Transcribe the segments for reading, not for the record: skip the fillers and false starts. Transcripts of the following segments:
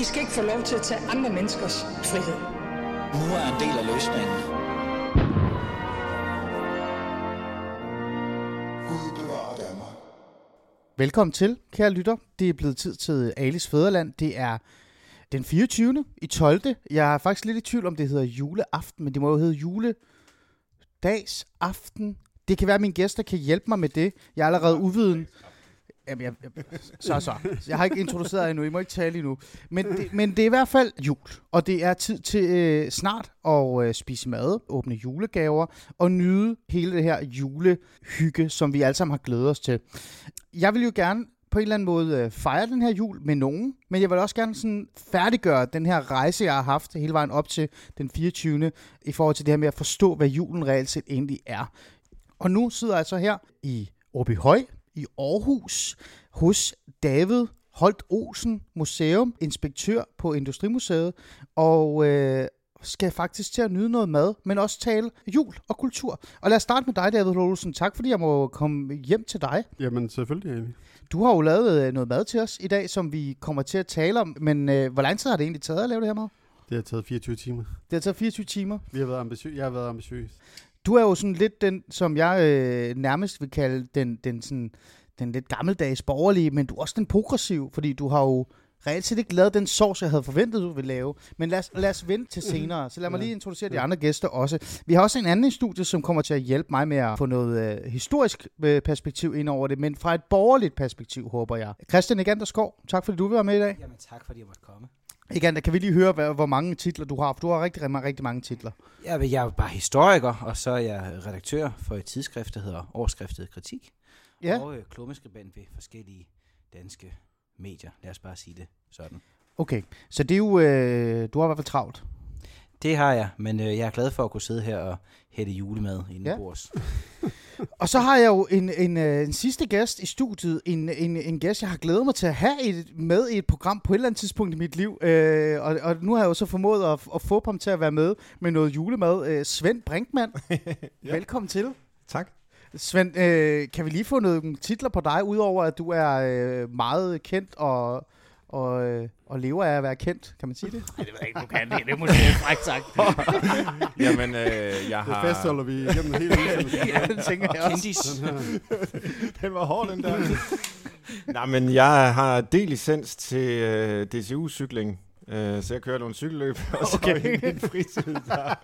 skal ikke få lov til at tage andre menneskers frihed. Nu er en del af løsningen. Gud bevarer Danmark. Velkommen til, kære lytter. Det er blevet tid til Alis Fædreland. Det er den 24. i 12. Jeg er faktisk lidt i tvivl om, det hedder juleaften, men det må jo hedde juledagsaften. Det kan være, at mine gæster kan hjælpe mig med det. Jeg er allerede uviden. Jamen, så. Jeg har ikke introduceret jer endnu. I må ikke tale endnu. Men det er i hvert fald jul. Og det er tid til snart at spise mad, åbne julegaver og nyde hele det her julehygge, som vi alle sammen har glædet os til. Jeg vil jo gerne på en eller anden måde fejre den her jul med nogen, men jeg vil også gerne sådan færdiggøre den her rejse, jeg har haft hele vejen op til den 24. i forhold til det her med at forstå, hvad julen reelt set egentlig er. Og nu sidder jeg så her i Åbyhøj i Aarhus hos David Holt Olsen Museum, inspektør på Industrimuseet, og skal faktisk til at nyde noget mad, men også tale jul og kultur. Og lad os starte med dig, David Holt Olsen. Tak fordi jeg må komme hjem til dig. Jamen selvfølgelig, egentlig. Du har jo lavet noget mad til os i dag, som vi kommer til at tale om, men hvor lang tid har det egentlig taget at lave det her mad? Det har taget 24 timer. Det har taget 24 timer? Jeg har været ambitiøs. Du er jo sådan lidt den, som jeg nærmest vil kalde den lidt gammeldags borgerlige, men du er også den progressiv, fordi du har jo reelt set ikke lavet den sovs, jeg havde forventet, du ville lave. Men lad os vente til senere, så lad mig lige introducere de andre gæster også. Vi har også en anden i studiet, som kommer til at hjælpe mig med at få noget historisk perspektiv ind over det, men fra et borgerligt perspektiv, håber jeg. Christian Egander Skov, tak fordi du vil være med i dag. Jamen tak fordi jeg måtte komme. Egander, kan vi lige høre, hvor mange titler du har? For du har rigtig mange titler. Jeg er bare historiker, og så er jeg redaktør for et tidsskrift, der hedder Overskriftet Kritik. Ja. Og klummeskribent ved forskellige danske medier. Lad os bare sige det sådan. Okay, så det er jo, du har i hvert fald travlt. Det har jeg, men jeg er glad for at kunne sidde her og hætte julemad indenbords. Og så har jeg jo en sidste gæst i studiet, en gæst, jeg har glædet mig til at have med i et program på et eller andet tidspunkt i mit liv. Og nu har jeg jo så formået at få ham til at være med noget julemad. Svend Brinkmann, ja. Velkommen til. Tak. Svend, kan vi lige få nogle titler på dig, udover at du er meget kendt og lever af at være kendt, kan man sige det? Nej, det ved jeg ikke, du kan det. Det er måske frækt sagt. Jamen, jeg har... Det fastholder vi igennem hele udsendelsen. Ja, det tænker jeg også. Den var hård, den der. Nej, men jeg har D-licens til DCU-cykling, så jeg kører nogle cykelløb, og så i min fritid,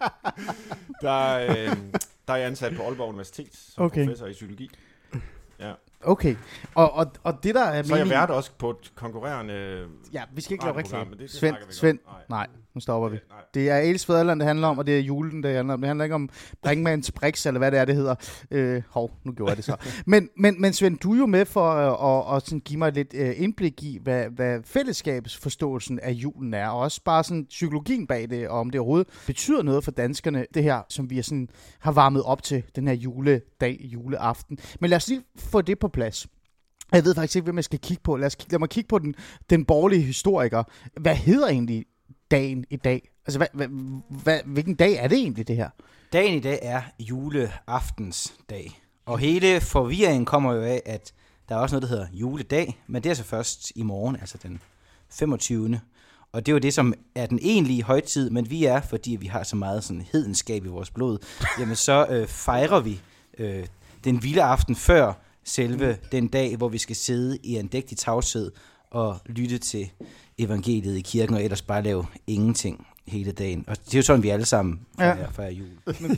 der er jeg ansat på Aalborg Universitet som professor i psykologi. Ja. Okay, og det der er så jeg vært også på et konkurrerende... Ja, vi skal ikke lave reklame. Svend, nej, nu stopper vi. Det er Alis Fædreland, det handler om, og det er julen, det handler om. Det handler ikke om Brinkmanns Brix, eller hvad det hedder. Nu gjorde jeg det så. Men Svend, du er jo med for at sådan give mig lidt indblik i, hvad fællesskabsforståelsen af julen er, og også bare sådan psykologien bag det, og om det overhovedet betyder noget for danskerne, det her, som vi sådan har varmet op til den her juledag, juleaften. Men lad os lige få det på plads. Jeg ved faktisk ikke, hvem jeg skal kigge på. Lad mig kigge på den borgerlige historiker. Hvad hedder egentlig dagen i dag? Altså, hvilken dag er det egentlig, det her? Dagen i dag er juleaftensdag. Og hele forvirringen kommer jo af, at der er også noget, der hedder juledag, men det er så først i morgen, altså den 25. Og det er jo det, som er den egentlige højtid, men vi er, fordi vi har så meget sådan hedenskab i vores blod, jamen så fejrer vi den vilde aften før selve den dag, hvor vi skal sidde i andægtig tavshed og lytte til evangeliet i kirken, og ellers bare lave ingenting hele dagen. Og det er jo sådan, vi alle sammen fejrer jul. Men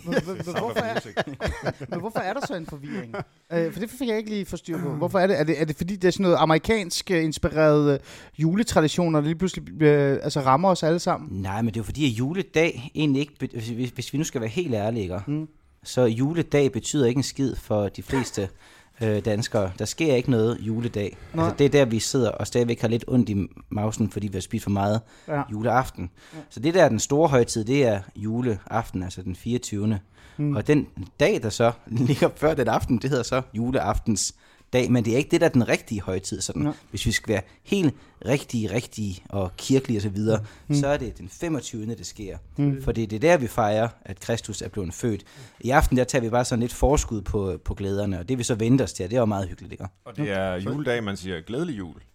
hvorfor er der så en forvirring? For det fik jeg ikke lige forstyr på. Hvorfor er det? Er det fordi, det er sådan noget amerikansk inspireret juletraditioner, der lige pludselig rammer os alle sammen? Nej, men det er jo fordi, at juledag egentlig ikke... Hvis vi nu skal være helt ærlige, så juledag betyder ikke en skid for de fleste danskere. Der sker ikke noget juledag. Altså, det er der, vi sidder og stadigvæk har lidt ondt i mausen, fordi vi har spist for meget juleaften. Ja. Så det der er den store højtid, det er juleaften, altså den 24. Og den dag, der så ligger før den aften, det hedder så juleaftens dag, men det er ikke det, der er den rigtige højtid. Sådan. Hvis vi skal være helt rigtige og kirkelige osv., så er det den 25. det sker. For det er der, vi fejrer, at Kristus er blevet født. I aften, der tager vi bare sådan lidt forskud på glæderne, og det vi så venter os til, det er jo meget hyggeligt, ikke? Og det er juledag, man siger glædelig jul.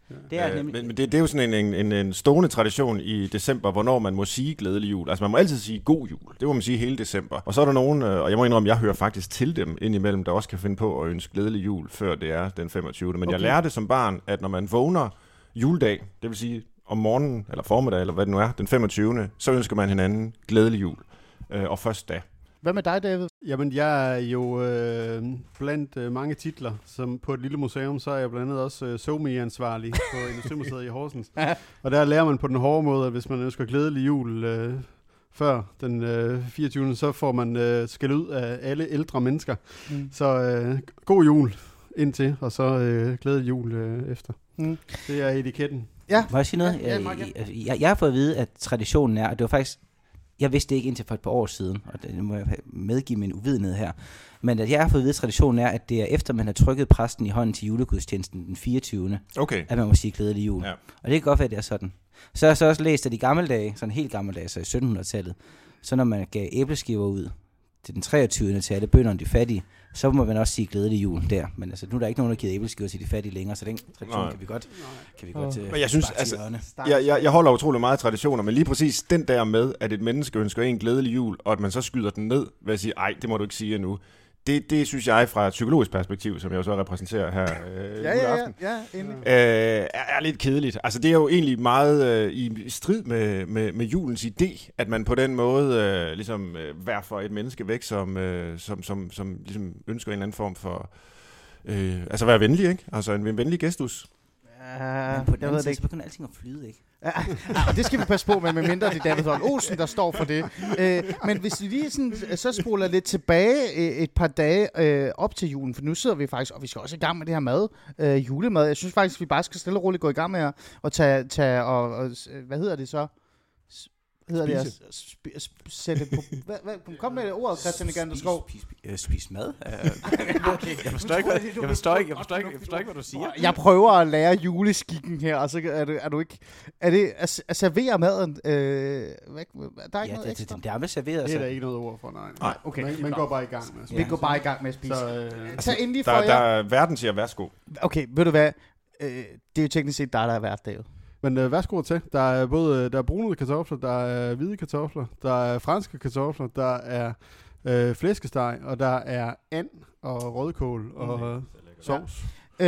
Det er nemlig... Men det er jo sådan en stående tradition i december, hvornår man må sige glædelig jul. Altså man må altid sige god jul. Det må man sige hele december. Og så er der nogen, og jeg må indrømme, jeg hører faktisk til dem indimellem, der også kan finde på at ønske glædelig jul, før det er den 25. Men jeg lærte som barn, at når man vågner juledag, det vil sige om morgenen, eller formiddag, eller hvad det nu er, den 25. så ønsker man hinanden glædelig jul. Og først da. Hvad med dig, David? Jamen, jeg er jo blandt mange titler, som på et lille museum, så er jeg blandt andet også SoMe-ansvarlig på Industrimuseet i Horsens. Og der lærer man på den hårde måde, at hvis man ønsker glædelig jul før den 24. så får man skæld ud af alle ældre mennesker. Så god jul indtil, og så glædelig jul efter. Det er etiketten. Ja. Må jeg sige noget? Jeg har fået at vide, at traditionen er, og det var faktisk, jeg vidste det ikke indtil for et par år siden, og det må jeg medgive min uvidenhed her, men at jeg har fået at vide, at traditionen er, at det er efter, man har trykket præsten i hånden til julegudstjenesten den 24. Okay. At man må sige glædelig jul. Ja. Og det kan godt være, at det er sådan. Så har jeg så også læst, at i gamle dage, sådan helt gamle dage, så i 1700-tallet, så når man gav æbleskiver ud til den 23. til alle bønderne, de fattige, så må man også sige glædelig jul der. Men altså, nu er der ikke nogen, der giver æbleskiver til de fattige længere, så den tradition kan vi godt men jeg synes, altså, jeg holder utrolig meget traditioner, men lige præcis den der med, at et menneske ønsker en glædelig jul, og at man så skyder den ned ved at sige, ej, det må du ikke sige endnu. Det synes jeg fra et psykologisk perspektiv, som jeg jo så repræsenterer her juleaften, er lidt kedeligt. Altså det er jo egentlig meget i strid med julens idé, at man på den måde ligesom værfer et menneske væk, som ligesom ønsker en eller anden form for altså være venlig, ikke? Altså en venlig gestus. Men på den anden side, så begynder alting at flyde, ikke? Og det skal vi passe på med mindre det er David Holm Olsen, der står for det. Men hvis vi lige sådan, så spoler lidt tilbage et par dage op til julen, for nu sidder vi faktisk, og vi skal også i gang med det her mad, julemad. Jeg synes faktisk, vi bare skal stille og roligt gå i gang med at tage og hvad hedder det så? Sætte på... Kom med ordet, Christian Ganderskov. Spis mad? Jeg forstår ikke, hvad du siger. Jeg prøver at lære juleskikken her, og så er du ikke... Er det at servere maden? Der er ikke noget ekstra? Det er med serveret. Det er der ikke noget ord for, nej. Okay. Man går bare i gang med at spise. Vi går bare i gang med at spise. Så endelig der er verden til at værsgo. Okay, ved du hvad? Det er jo teknisk set dig, der er vært, David. Men værsgo til. Der er både brunede kartofler, der er hvide kartofler, der er franske kartofler, der er flæskesteg, og der er and og rødkål og sovs.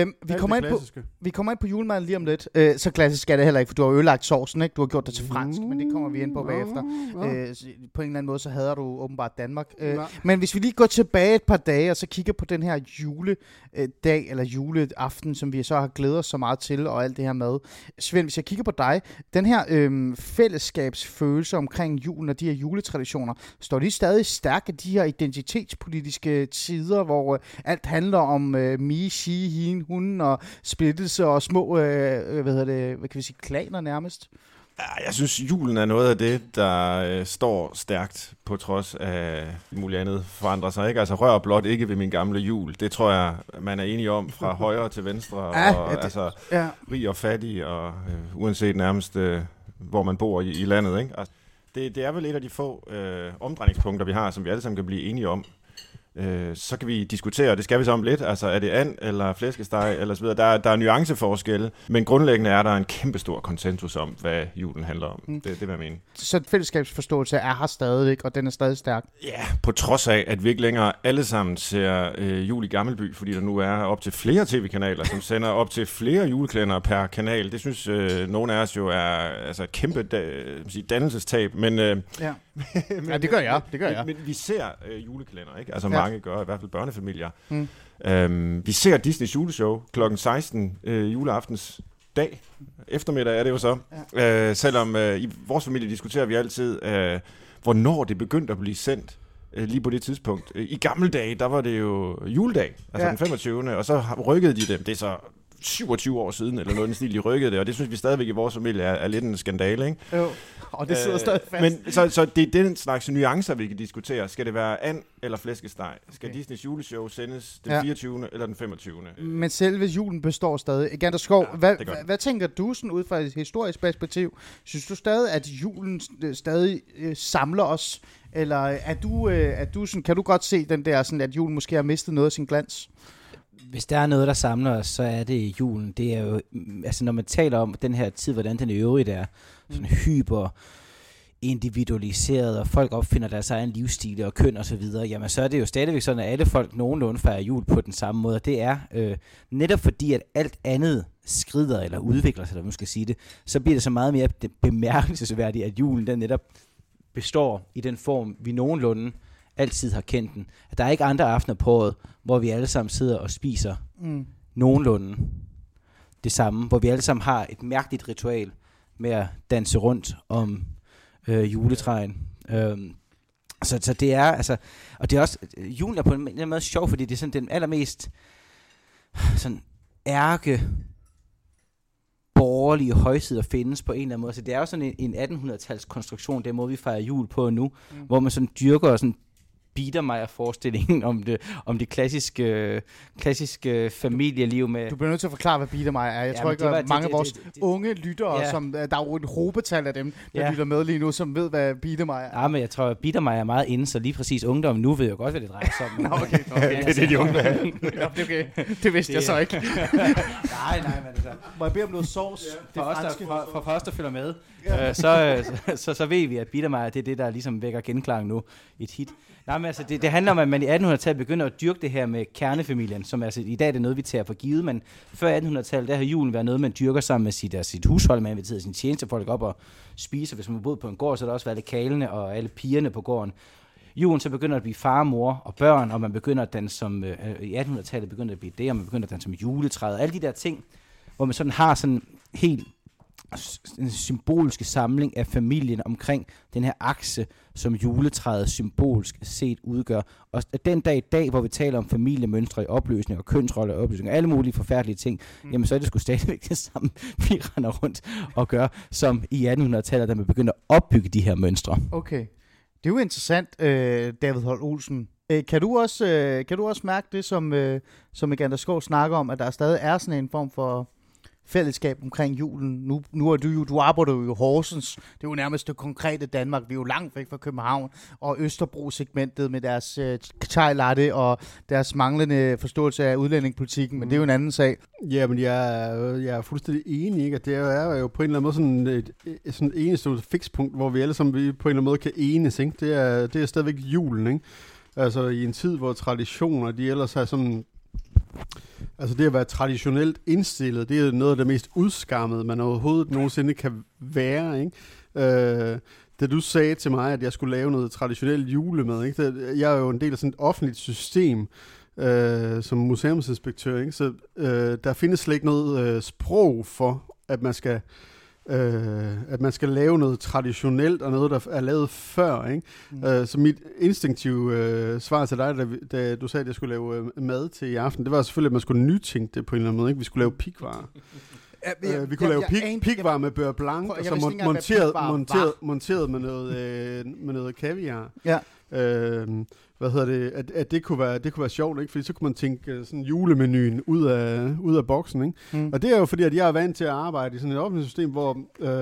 Vi kommer ind på julemaden lige om lidt. Så klassisk er det heller ikke, for du har ødelagt sovsen, ikke? Du har gjort det til fransk, men det kommer vi ind på bagefter. På en eller anden måde, så hader du åbenbart Danmark. Men hvis vi lige går tilbage et par dage, og så kigger på den her juledag, eller juleaften, som vi så har glædet os så meget til, og alt det her mad. Svend, hvis jeg kigger på dig, den her fællesskabsfølelse omkring julen og de her juletraditioner, står de stadig stærke, de her identitetspolitiske tider, hvor alt handler om me, she, hende, hunden og splittelse og små, hvad kan vi sige, klaner nærmest? Jeg synes, julen er noget af det, der står stærkt på trods af muligt andet forandrer sig. Ikke? Altså rør blot ikke ved min gamle jul. Det tror jeg, man er enige om fra højre til venstre. Altså rig og fattig, og uanset nærmest, hvor man bor i landet. Ikke? Altså, det er vel et af de få omdrejningspunkter, vi har, som vi alle sammen kan blive enige om. Så kan vi diskutere, det skal vi så om lidt, altså er det and eller flæskesteg eller så videre. Der er nuanceforskelle, men grundlæggende er der en kæmpestor konsensus om, hvad julen handler om. Det vil jeg mene. Så fællesskabsforståelse er her stadig, og den er stadig stærk? Ja, på trods af, at vi ikke længere alle sammen ser jul i Gammelby, fordi der nu er op til flere tv-kanaler, som sender op til flere juleklænder per kanal. Det synes nogle af os jo er altså et kæmpe dannelsestab, men... ja, det gør jeg. Men vi ser juleklænder, ikke? Altså mange gør, i hvert fald børnefamilier. Vi ser Disneys juleshow klokken 16 juleaftens dag. Eftermiddag er det jo så. Selvom i vores familie diskuterer vi altid, hvornår det begyndte at blive sendt. Lige på det tidspunkt. I gamle dage, der var det jo juledag, altså den 25. Og så rykkede de dem. Det er så 27 år siden, eller noget den stil, de rykkede det, og det synes vi stadigvæk i vores familie er lidt en skandale, ikke? Jo, og det sidder stadig fast. Men så det er den slags nuancer, vi kan diskutere. Skal det være and eller flæskesteg? Skal Disneys juleshow sendes den 24. eller den 25. Men selve julen består stadig. Ganderskov, hvad tænker du sådan ud fra et historisk perspektiv? Synes du stadig, at julen stadig samler os? Eller er du sådan, kan du godt se den der, sådan, at julen måske har mistet noget af sin glans? Hvis der er noget, der samler os, så er det julen. Det er jo, altså når man taler om den her tid, hvordan den i øvrigt er, sådan hyper individualiseret, og folk opfinder deres egen livsstil og køn og så videre, jamen så er det jo stadigvæk sådan, at alle folk nogenlunde fejrer jul på den samme måde. Det er netop fordi, at alt andet skrider eller udvikler sig, eller man skal sige det, så bliver det så meget mere bemærkelsesværdigt, at julen den netop består i den form, vi nogenlunde altid har kendt den. At der er ikke andre aftener på året, hvor vi alle sammen sidder og spiser nogenlunde det samme, hvor vi alle sammen har et mærkeligt ritual med at danse rundt om juletræen. Så det er altså, og det er også, julen er på en måde sjov, fordi det er sådan den allermest sådan ærke borgerlige højtid, der findes på en eller anden måde. Så det er jo sådan en 1800-tals konstruktion, den måde vi fejrer jul på nu, hvor man sådan dyrker sådan Biedermeier-forestillingen om det klassiske familieliv med... Du bliver nødt til at forklare, hvad Biedermeier er. Jeg tror ikke, at mange af vores unge lyttere, som der er jo et hobetal af dem, der lytter med lige nu, som ved, hvad Biedermeier er. Ja, men jeg tror, at Biedermeier er meget inde, så lige præcis ungdom nu ved jeg godt, hvad det drejer sig om. Nå, okay. Det er det, de unge er. Okay. Det vidste jeg så ikke. nej, men altså... Må jeg bede om noget sovs? For os, der følger med, så ved vi, at Biedermeier, det er det, der ligesom vækker genklang nu. Et hit. Nej, men altså, det handler om, at man i 1800-tallet begynder at dyrke det her med kernefamilien, som altså i dag er det noget, vi tager for givet, men før 1800-tallet, der har julen været noget, man dyrker sammen med sit hushold, man inviterer sine tjenestefolk op og spiser. Hvis man boede på en gård, så har der også været alle kalene og alle pigerne på gården. Julen så begynder at blive far, mor og børn, og man begynder at danse som, i 1800-tallet begynder at blive det, og man begynder at danse som juletræet, alle de der ting, hvor man sådan har sådan helt en symbolske samling af familien omkring den her akse, som juletræet symbolsk set udgør. Og den dag i dag, hvor vi taler om familiemønstre i opløsning og kønsroller i opløsning og alle mulige forfærdelige ting, jamen så er det sgu stadigvæk det samme, vi render rundt og gør, som i 1800-tallet, da man begynder at opbygge de her mønstre. Okay. Det er jo interessant, David Holt Olsen. Kan du også mærke det, som Egander Skov snakker om, at der stadig er sådan en form for fællesskab omkring julen? Nu er du arbejder jo i Horsens. Det er jo nærmest det konkrete Danmark. Vi er jo langt væk fra København. Og Østerbro-segmentet med deres chai latte og deres manglende forståelse af udlændingepolitikken. Men det er jo en anden sag. Ja, men jeg er fuldstændig enig, ikke? At det er jo på en eller anden måde sådan et enestående fikspunkt, hvor vi alle sammen på en eller anden måde kan enes, ikke? Det er stadigvæk julen, ikke? Altså i en tid, hvor traditioner, de ellers er sådan... Altså det at være traditionelt indstillet, det er noget af det mest udskammede, man overhovedet nogensinde kan være, ikke? Da du sagde til mig, at jeg skulle lave noget traditionelt julemad, ikke? Jeg er jo en del af sådan et offentligt system, som museumsinspektør, ikke? Så der findes slet ikke noget sprog for, at man skal lave noget traditionelt og noget, der er lavet før, ikke? Så mit instinktive svar til dig, da du sagde, at jeg skulle lave mad til i aften, det var selvfølgelig, at man skulle nytænke det på en eller anden måde, ikke? Vi skulle lave pikvarer. Vi kunne lave pikvarer med beurre blanc, og så monteret med noget kaviar. Ja. At det kunne være sjovt, ikke? Fordi så kunne man tænke sådan julemenuen ud af boksen, ikke? Og det er jo fordi, at jeg er vant til at arbejde i sådan et offentligt system, hvor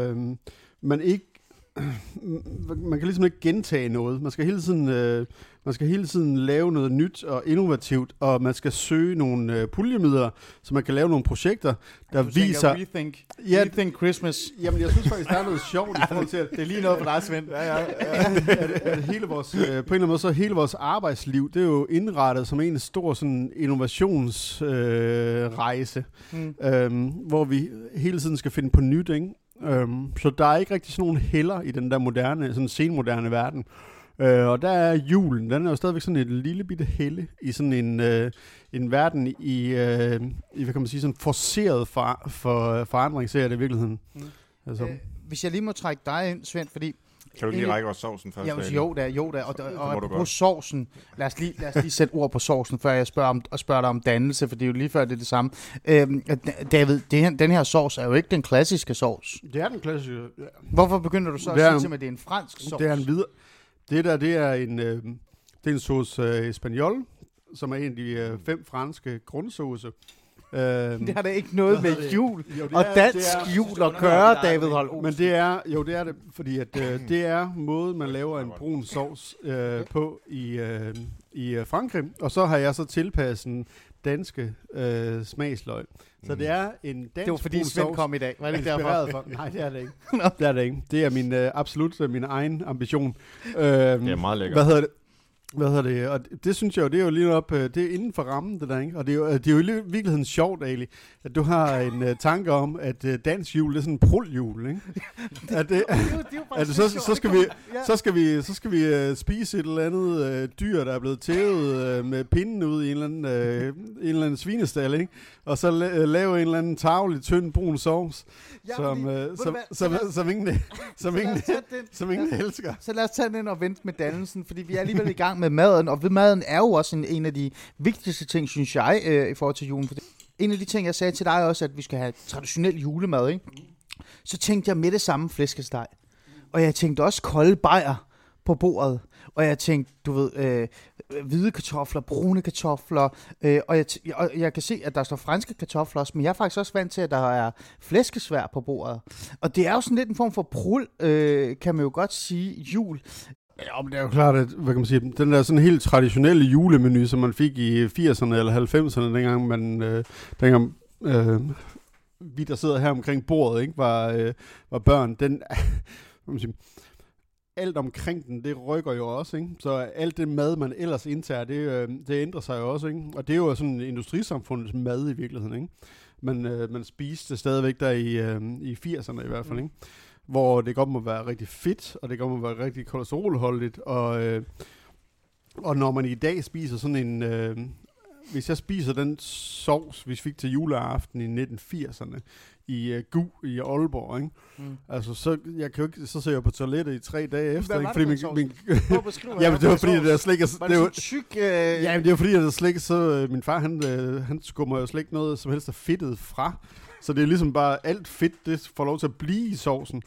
man kan ligesom ikke gentage noget. Man skal hele tiden lave noget nyt og innovativt, og man skal søge nogle puljemidler, så man kan lave nogle projekter, der viser... Rethink Christmas. Jamen, jeg synes faktisk, der er noget sjovt i forhold til, at det er lige noget for dig, Svend. at hele vores, på en eller anden måde, så hele vores arbejdsliv, det er jo indrettet som en stor sådan innovationsrejse, hvor vi hele tiden skal finde på nyt, ikke? Så der er ikke rigtig sådan nogle heller i den der moderne, sådan senmoderne verden. Og der er julen, den er jo stadigvæk sådan et lille bitte helle i sådan en verden i hvad kan man sige, sådan forceret forandring, ser jeg det i virkeligheden. Altså. Hvis jeg lige må trække dig ind, Svend, fordi... Kan du lige række os sovsen først? Jo da. Og på sovsen, lad os lige sætte ord på sovsen, før jeg spørger dig om dannelse, for det er jo lige før det er det samme. David, den her sovs er jo ikke den klassiske sovs. Det er den klassiske, ja. Hvorfor begynder du så at sige, at det er en fransk sovs? Det er en videre... Det er en sauce espagnol, som er en af de 5 franske grundsauce. Det har da ikke noget med jul og er, dansk jul at gøre, David Holm Olsen. Men det er det, fordi at, det er måden, man laver en brun sovs på i Frankrig. Og så har jeg så tilpasset en danske smagsløg. Så det er en dansk det var fordi Svend kom i dag. Var det ikke derfor? Nej, det er det ikke. Det er det ikke. Det er min egen ambition. Det er meget lækkert. Hvad hedder det? Og det synes jeg jo, det er jo lige op, det er inden for rammen, det der, ikke? Og det er jo i virkeligheden sjovt, Ali, at du har en tanke om, at dansk jul, det er sådan en prul-jul, ikke? Så skal vi spise et eller andet dyr, der er blevet tævet med pinden ud i en eller anden svinestal, ikke? Og så lave en eller anden tavlig, tynd, brun sovs, som ingen elsker. Så lad os tage den og vente med dannelsen, fordi vi er alligevel i gang med maden, og maden er jo også en af de vigtigste ting, synes jeg, i forhold til julen. En af de ting, jeg sagde til dig også, at vi skal have traditionel julemad, ikke? Så tænkte jeg med det samme flæskesteg. Og jeg tænkte også kolde bajer på bordet. Og jeg tænkte, du ved, hvide kartofler, brune kartofler, og jeg kan se, at der står franske kartofler også, men jeg er faktisk også vant til, at der er flæskesvær på bordet. Og det er jo sådan lidt en form for prul, kan man jo godt sige, jul. Ja, men det er jo klart, at hvad kan man sige, den der sådan helt traditionelle julemenu, som man fik i 80'erne eller 90'erne, dengang vi, der sidder her omkring bordet, ikke, var børn, den, hvad man sige, alt omkring den, det rykker jo også, ikke? Så alt det mad, man ellers indtager, det ændrer sig jo også, ikke? Og det er jo sådan industrisamfundets mad i virkeligheden, ikke? Man spiste stadigvæk der i 80'erne i hvert fald, ikke? Hvor det godt må være rigtig fedt, og det godt må være rigtig kolesterolholdigt, og når man i dag spiser sådan en, hvis jeg spiser den sovs, vi fik til juleaften i 1980'erne, i Gu i Aalborg, ikke? Altså, så ser jeg på toilettet i 3 dage efter, ikke? Fordi jamen, det var fordi, det er slik... Var det sådan tyk... Jamen, det var fordi, det er slik, så min far, han skummer jo slet ikke noget som helst af fedtet fra. Så det er ligesom bare alt fedt, det får lov til at blive i sovsen.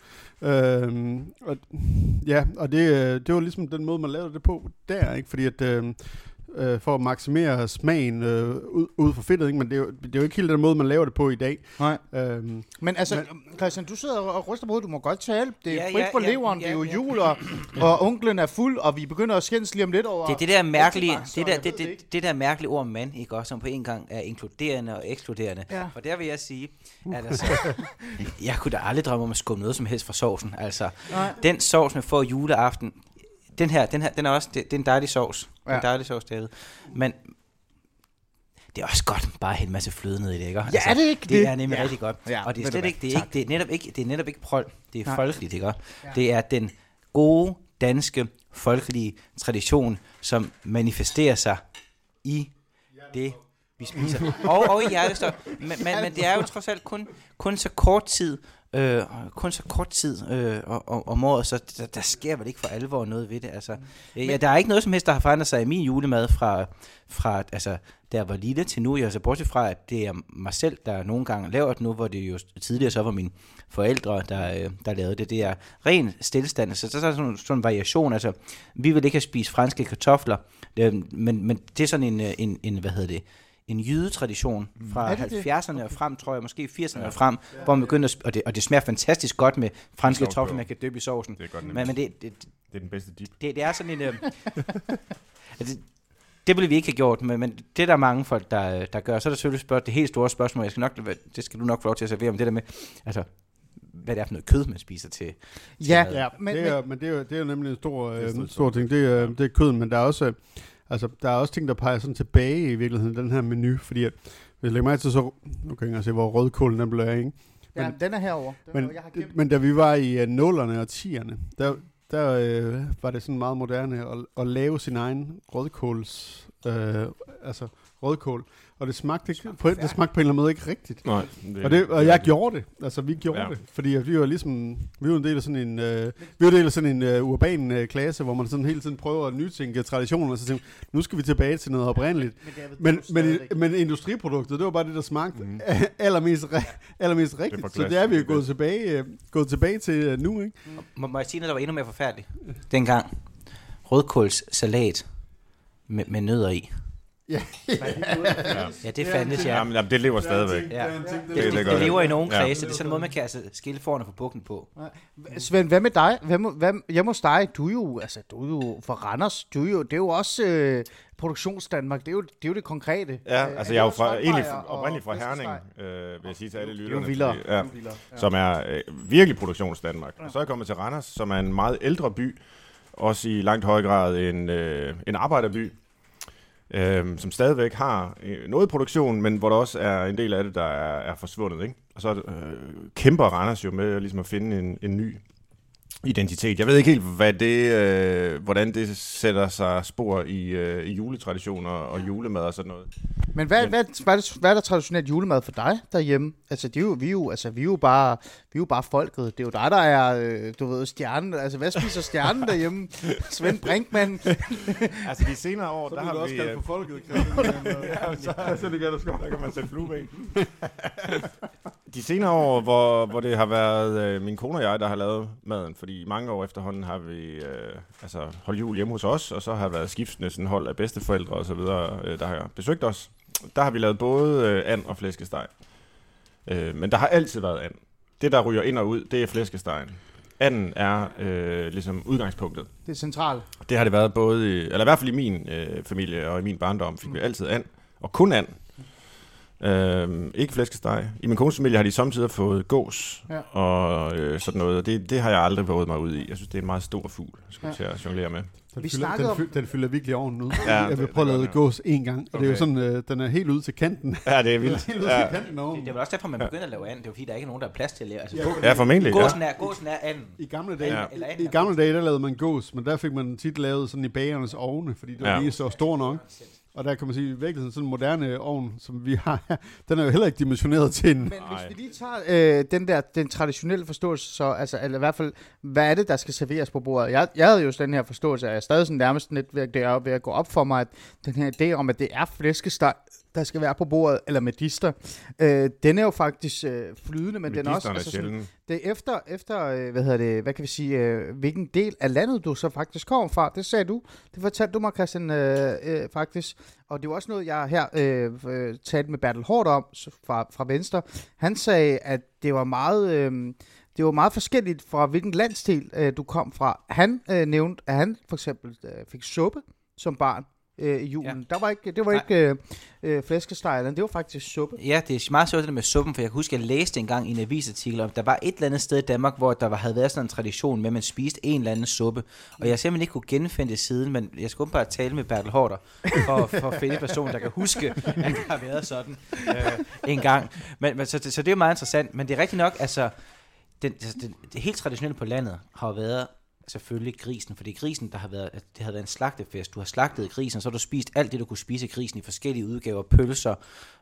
Og det var ligesom den måde, man lavede det på der, ikke? Fordi at... for at maksimere smagen ud for fedtet, ikke? Men det er jo ikke helt den måde, man laver det på i dag. Nej. Men altså, Christian, du sidder og ryster på, du må godt tale. Det er frit for leveren, det er jo jul, og onklen er fuld, og vi begynder at skændes lige om lidt over... Det er det der mærkelige, det der mærkelige ord mand, ikke også, som på en gang er inkluderende og ekskluderende. Ja. For der vil jeg sige, at altså, jeg kunne da aldrig drømme om at skumme noget som helst fra sovsen. Altså, den sovs, man får juleaften, den er også, det er en dejlig sovs. Ja. En dejlig sovs, David. Men det er også godt bare at hælde en masse fløde ned i det, ikke? Ja, altså, det er ikke det. Det er nemlig rigtig godt. Ja, og det er slet ikke, det er netop ikke prøl. Det er folkeligt, ikke? Ja. Det er den gode, danske, folkelige tradition, som manifesterer sig i det, vi spiser. Og i hjertestøj. Men det er jo trods alt kun så kort tid, om året, så der sker vel ikke for alvor noget ved det. Altså, der er ikke noget som helst, der har forandret sig i min julemad fra altså, der jeg var lille til nu. Altså, bortset fra, at det er mig selv, der nogle gange laver det nu, hvor det jo tidligere så var mine forældre, der lavede det. Det er ren stillestand. Så der er sådan en variation. Altså, vi vil ikke have spist franske kartofler, men det er sådan en hvad hedder det, en jydetradition fra 70'erne og frem, tror jeg, måske 80'erne og frem, hvor man begynder og det smager fantastisk godt med franske kartofler, man kan dyppe i sovsen. Det er godt, men det er den bedste dip. Det er sådan en... det ville vi ikke have gjort, men det der er mange folk, der gør. Så er der selvfølgelig det helt store spørgsmål, det skal du nok få lov til at servere om det der med, altså, hvad det er for noget kød, man spiser til men det er jo nemlig en stor ting. Det er kød, men der er også... Altså, der er også ting, der peger sådan tilbage i virkeligheden, den her menu, fordi at, hvis jeg lægger mig til så, nu kan jeg se, hvor rødkålen den blev af, ikke? Men, ja, den er herovre. Men da vi var i 0'erne og 10'erne, der var det sådan meget moderne at lave sin egen rødkål, og det smagte på en eller anden måde ikke rigtigt. Nej, og jeg gjorde det. Altså, vi gjorde det, fordi vi var ligesom, vi var en del af sådan en urban klasse, hvor man sådan hele tiden prøver at nytænke traditioner, og så tænker nu skal vi tilbage til noget oprindeligt. Men industriproduktet, det var bare det, der smagte allermest rigtigt. Så det er vi jo gået tilbage til nu, ikke? Må jeg sige noget, der var endnu mere forfærdeligt? Dengang rødkålssalat med nødder i. Ja, det fandtes, ja. Jamen, det lever stadigvæk. Ja. Det Det lever i nogle kredse. Det er sådan en måde, man kan skille forerne fra bukken på. Svend, hvad med dig? Hjemme hos dig, du er jo fra Randers. Det er jo også Produktionsdanmark. Det er jo det konkrete. Ja, altså jeg er jo oprindeligt fra Herning, vil jeg sige til alle lytterne. Det er jo vildere. Som er virkelig Produktionsdanmark. Så er jeg kommet til Randers, som er en meget ældre by. Også i langt høj grad en arbejderby. Som stadigvæk har noget produktion, men hvor der også er en del af det, der er forsvundet. Ikke? Og så kæmper Randers jo med ligesom at finde en ny identitet. Jeg ved ikke helt, hvordan det sætter sig spor i juletraditioner og julemad og sådan noget. Men hvad er der traditionelt julemad for dig derhjemme? Altså, vi er jo bare folket. Det er jo dig, der er, stjernen. Altså, hvad spiser stjernen derhjemme? Svend Brinkmann. Altså, de senere år, så der har vi... Så også kaldt på folket. Så det kan der kan man sætte flue bag. De senere år, hvor det har været min kone og jeg, der har lavet maden, fordi mange år efterhånden har vi holdt jul hjemme hos os, og så har været skiftende sådan hold af bedsteforældre og så videre, der har besøgt os. Der har vi lavet både and og flæskesteg. Men der har altid været and. Det, der ryger ind og ud, det er flæskestegen. Anden er ligesom udgangspunktet. Det er centralt. Det har det været både, eller i hvert fald i min familie og i min barndom, fik vi altid and, og kun and. Ikke flæskesteg. I min kones familie har de samtidig fået gås og sådan noget. Det har jeg aldrig våget mig ud i. Jeg synes, det er en meget stor fugl, jeg til at jonglere med. Den fylder virkelig ovnen ud. Ja, jeg vil prøve at lave gås en gang, og det er jo sådan, den er helt ude til kanten. Ja, det er vildt. Helt ude til kanten af ovnen. Det er vel også derfor, man begynder at lave and. Det er jo fordi, der ikke er nogen, der er plads til at lave. Altså, ja, formentlig. Gåsen er anden. I gamle dage, der lavede man gås, men der fik man tit lavet sådan i bagernes ovne, fordi det var lige så stor nok. Og der kan man sige, i virkeligheden sådan en moderne ovn, som vi har her, den er jo heller ikke dimensioneret til en... Men hvis vi lige tager den traditionelle forståelse, så, altså, eller i hvert fald, hvad er det, der skal serveres på bordet? Jeg havde jo den her forståelse, at jeg stadig sådan nærmest lidt ved at gå op for mig, at den her idé om, at det er flæskesteg, der skal være på bordet, eller medister, den er jo faktisk flydende, men den er også... Altså, sådan, det er efter hvad kan vi sige, hvilken del af landet du så faktisk kommer fra. Det sagde du. Det fortalte du mig, Christian, faktisk. Og det var også noget, jeg her talte med Bertel Hård om, fra Venstre. Han sagde, at det var meget forskelligt fra hvilken landsdel du kom fra. Han nævnte, at han for eksempel fik suppe som barn i julen. Ja. Det var ikke flæskesteg, det var faktisk suppe. Ja, det er meget sjovt det med suppen, for jeg kan huske, at jeg læste engang i en avisartikel om, der var et eller andet sted i Danmark, hvor der havde været sådan en tradition med, at man spiste en eller anden suppe. Og jeg simpelthen ikke kunne genfinde det siden, men jeg skulle bare tale med Bertel Hårder for at finde en person, der kan huske, at det har været sådan en gang. Så det er jo meget interessant, men det er rigtigt nok, altså det helt traditionelle på landet har jo været selvfølgelig grisen, for det er grisen, det har været en slagtefest. Du har slagtet grisen, og så har du spist alt det, du kunne spise af grisen i forskellige udgaver, pølser,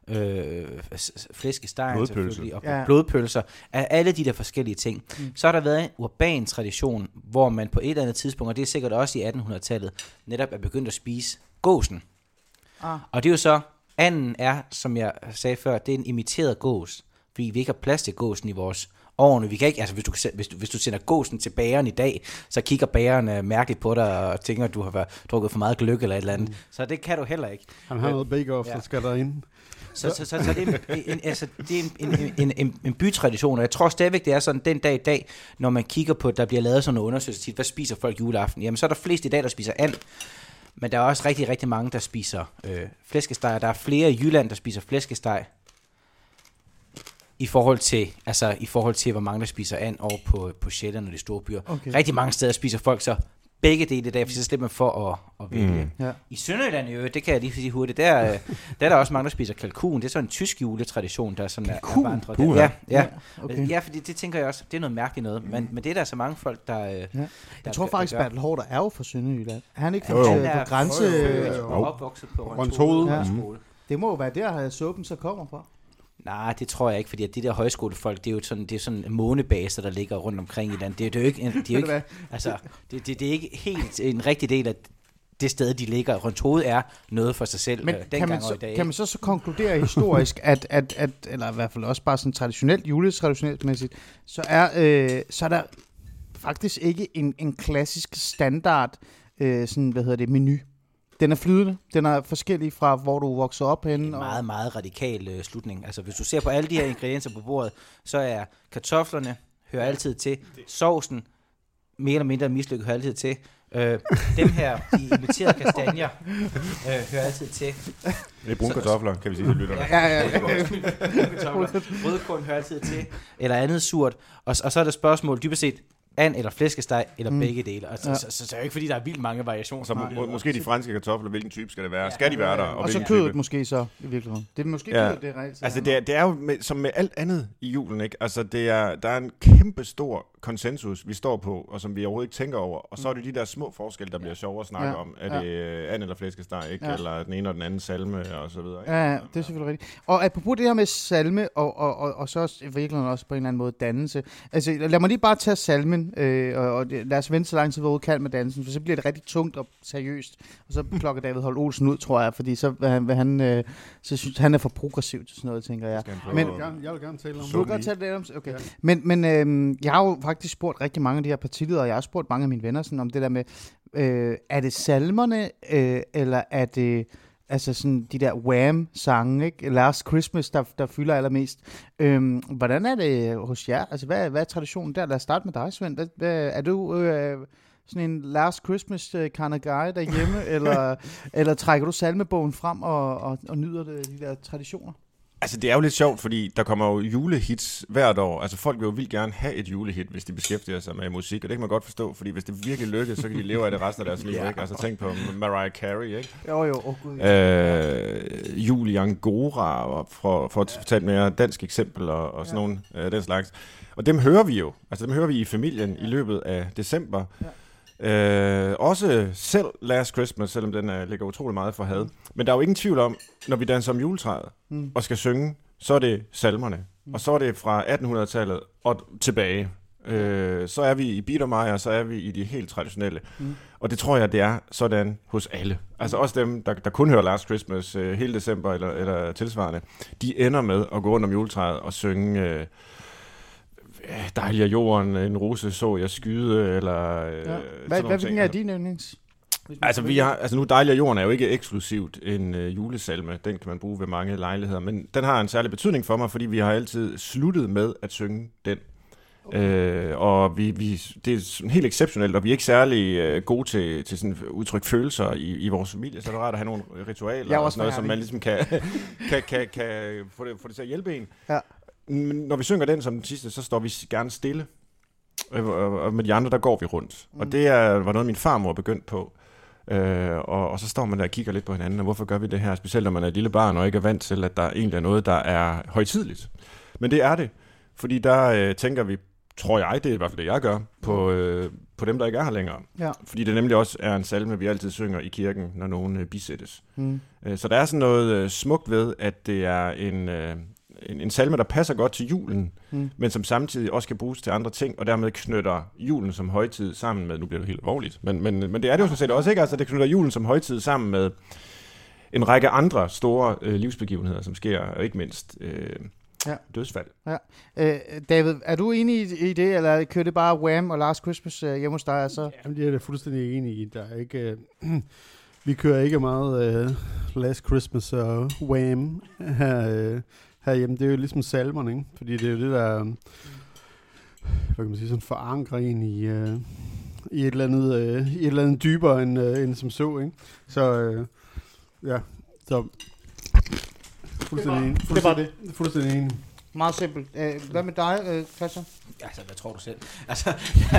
flæskesteg selvfølgelig, og blodpølser, af alle de der forskellige ting. Så har der været en urban tradition, hvor man på et eller andet tidspunkt, og det er sikkert også i 1800-tallet, netop er begyndt at spise gåsen. Og det er jo så, anden er, som jeg sagde før, det er en imiteret gås, fordi vi ikke har plads til gåsen i vores ovne. Vi kan ikke, altså hvis du sender gåsen til bageren i dag, så kigger bageren mærkeligt på dig og tænker, at du har drukket for meget gløgg eller et eller andet. Så det kan du heller ikke. Han har noget bake-off, der skal derinde. Så det er en bytradition, og jeg tror stadigvæk, det er sådan den dag i dag, når man kigger på, der bliver lavet sådan nogle undersøgelser tit, hvad spiser folk juleaften? Jamen så er der flest i dag, der spiser and, men der er også rigtig, rigtig mange, der spiser flæskesteg, der er flere i Jylland, der spiser flæskesteg, i forhold til, hvor mange der spiser and over på Sjælland og de store byer. Okay. Rigtig mange steder spiser folk så begge dele i dag, for så slipper man for at vælge. Ja. I Sønderjylland jo, det kan jeg lige sige hurtigt, der er der også mange, der spiser kalkun. Det er sådan en tysk juletradition, der sådan er vandret. Ja. Okay. Ja, fordi det tænker jeg også, det er noget mærkeligt noget, men det er der så mange folk, der... Jeg tror faktisk, Bertel Hårder er jo fra Sønderjylland. Er han ikke fra grænse... Opvokset på Rønshoved. Det må jo være der, suppen så kommer fra. Nej, det tror jeg ikke, fordi de der højskolefolk, det er jo sådan månebaser, der ligger rundt omkring i landet. Det er jo ikke, altså, det er ikke helt en rigtig del af det sted, de ligger. Rønshoved er noget for sig selv dengang og i dag. Kan man så konkludere historisk, at eller i hvert fald også bare sådan traditionelt, juletraditionelt-mæssigt, så er der faktisk ikke en klassisk standard sådan, menu. Den er flydende. Den er forskellig fra, hvor du vokser op henne. En meget, meget radikal slutning. Altså, hvis du ser på alle de her ingredienser på bordet, så er kartoflerne hører altid til. Sovsen, mere eller mindre mislykket, hører altid til. Dem her, de imiterede kastanjer, hører altid til. Det er brune kartofler, kan vi sige til lytterne. Ja. Rødkål hører altid til, eller andet surt. Og så er der spørgsmål, dybest set, and eller flæskesteg, eller begge dele. Så er det jo ikke, fordi der er vildt mange variationer. Så måske de franske kartofler, hvilken type skal det være? Skal de være der? Og så kødet måske så, i virkeligheden. Det er måske kødet, det er reelt. Altså, det er jo som med alt andet i julen, ikke? Altså, der er en kæmpe stor konsensus, vi står på, og som vi overhovedet ikke tænker over. Og så er det de der små forskelle, der bliver sjovere at snakke om. Er det and eller flæskesteg, ikke? Ja. Eller den ene og den anden salme, og så videre. Ikke? Ja, det er selvfølgelig rigtigt. Og apropos det her med salme, og så i virkeligheden også på en eller anden måde dannelse. Altså, lad mig lige bare tage salmen, og lad os vente så lang tid, hvor vi kan med dansen, for så bliver det rigtig tungt og seriøst. Og så klokker David Holt Olsen ud, tror jeg, fordi så så synes han er for progressiv til sådan noget, tænker jeg. Men jeg vil gerne tale om det. Du vil godt tale det om? Okay. Ja. Men jeg har jo faktisk spurgt rigtig mange af de her partiledere, og jeg har spurgt mange af mine venner sådan, om det der med, er det salmerne, eller er det altså sådan de der Wham-sange, ikke? Last Christmas, der fylder allermest. Hvordan er det hos jer? Altså, hvad er traditionen der? Lad os starte med dig, Svend. Er du sådan en Last Christmas kind of guy derhjemme, eller trækker du salmebogen frem og nyder de der traditioner? Altså, det er jo lidt sjovt, fordi der kommer jo julehits hvert år. Altså, folk vil jo vildt gerne have et julehit, hvis de beskæftiger sig med musik, og det kan man godt forstå, fordi hvis det virkelig lykkes, så kan de leve af det resten af deres liv, ikke? Altså, tænk på Mariah Carey, ikke? Jo. Jul i Angora, for at tage et mere dansk eksempel, og sådan nogle den slags. Og dem hører vi jo. Altså, dem hører vi i familien i løbet af december. Ja. Også selv Last Christmas, selvom den ligger utrolig meget for had. Men der er jo ingen tvivl om, når vi danser om juletræet og skal synge, så er det salmerne. Og så er det fra 1800-tallet og tilbage. Så er vi i Biedermeier, så er vi i de helt traditionelle. Og det tror jeg, det er sådan hos alle. Altså også dem, der kun hører Last Christmas hele december eller tilsvarende, de ender med at gå rundt om juletræet og synge... dejlig af jorden, en rose så jeg skyde, eller... Hvad er din yndlings? Altså nu dejlig af jorden er jo ikke eksklusivt en julesalme, den kan man bruge ved mange lejligheder, men den har en særlig betydning for mig, fordi vi har altid sluttet med at synge den. Okay. Og det er sådan helt exceptionelt, og vi er ikke særlig gode til sådan udtrykke følelser i vores familie, så er det rart at have nogle ritualer og sådan noget, som man ligesom kan få det til at hjælpe en. Ja. Når vi synger den som den sidste, så står vi gerne stille, og med de andre, der går vi rundt. Og det var noget, min farmor begyndte på. Og så står man der og kigger lidt på hinanden, og hvorfor gør vi det her? Specielt når man er et lille barn og ikke er vant til, at der egentlig er noget, der er højtideligt. Men det er det, fordi der tænker vi, tror jeg, det er i hvert fald det, jeg gør, på dem, der ikke er her længere. Ja. Fordi det nemlig også er en salme, vi altid synger i kirken, når nogen bisættes. Så der er sådan noget smukt ved, at det er en salme, der passer godt til julen, men som samtidig også kan bruges til andre ting, og dermed knytter julen som højtid sammen med, nu bliver det helt alvorligt, men det er det jo sådan set også, ikke? Altså, det knytter julen som højtid sammen med en række andre store livsbegivenheder, som sker, og ikke mindst dødsfald. Ja. David, er du enig i det, eller kører det bare Wham og Last Christmas hjemme hos dig? Altså? Jamen, det er jeg fuldstændig enig i. Der er ikke... vi kører ikke meget Last Christmas og Wham herhjemme. Det er jo ligesom salmerne, ikke? Fordi det er jo det, der hvad kan man sige, sådan forankrer en i et eller andet dybere end som så, ikke? Så så fuldstændig enig. Det var det. Fuldstændig enig. Meget simpelt. Hvad med dig, Christian? Altså, hvad tror du selv? Altså,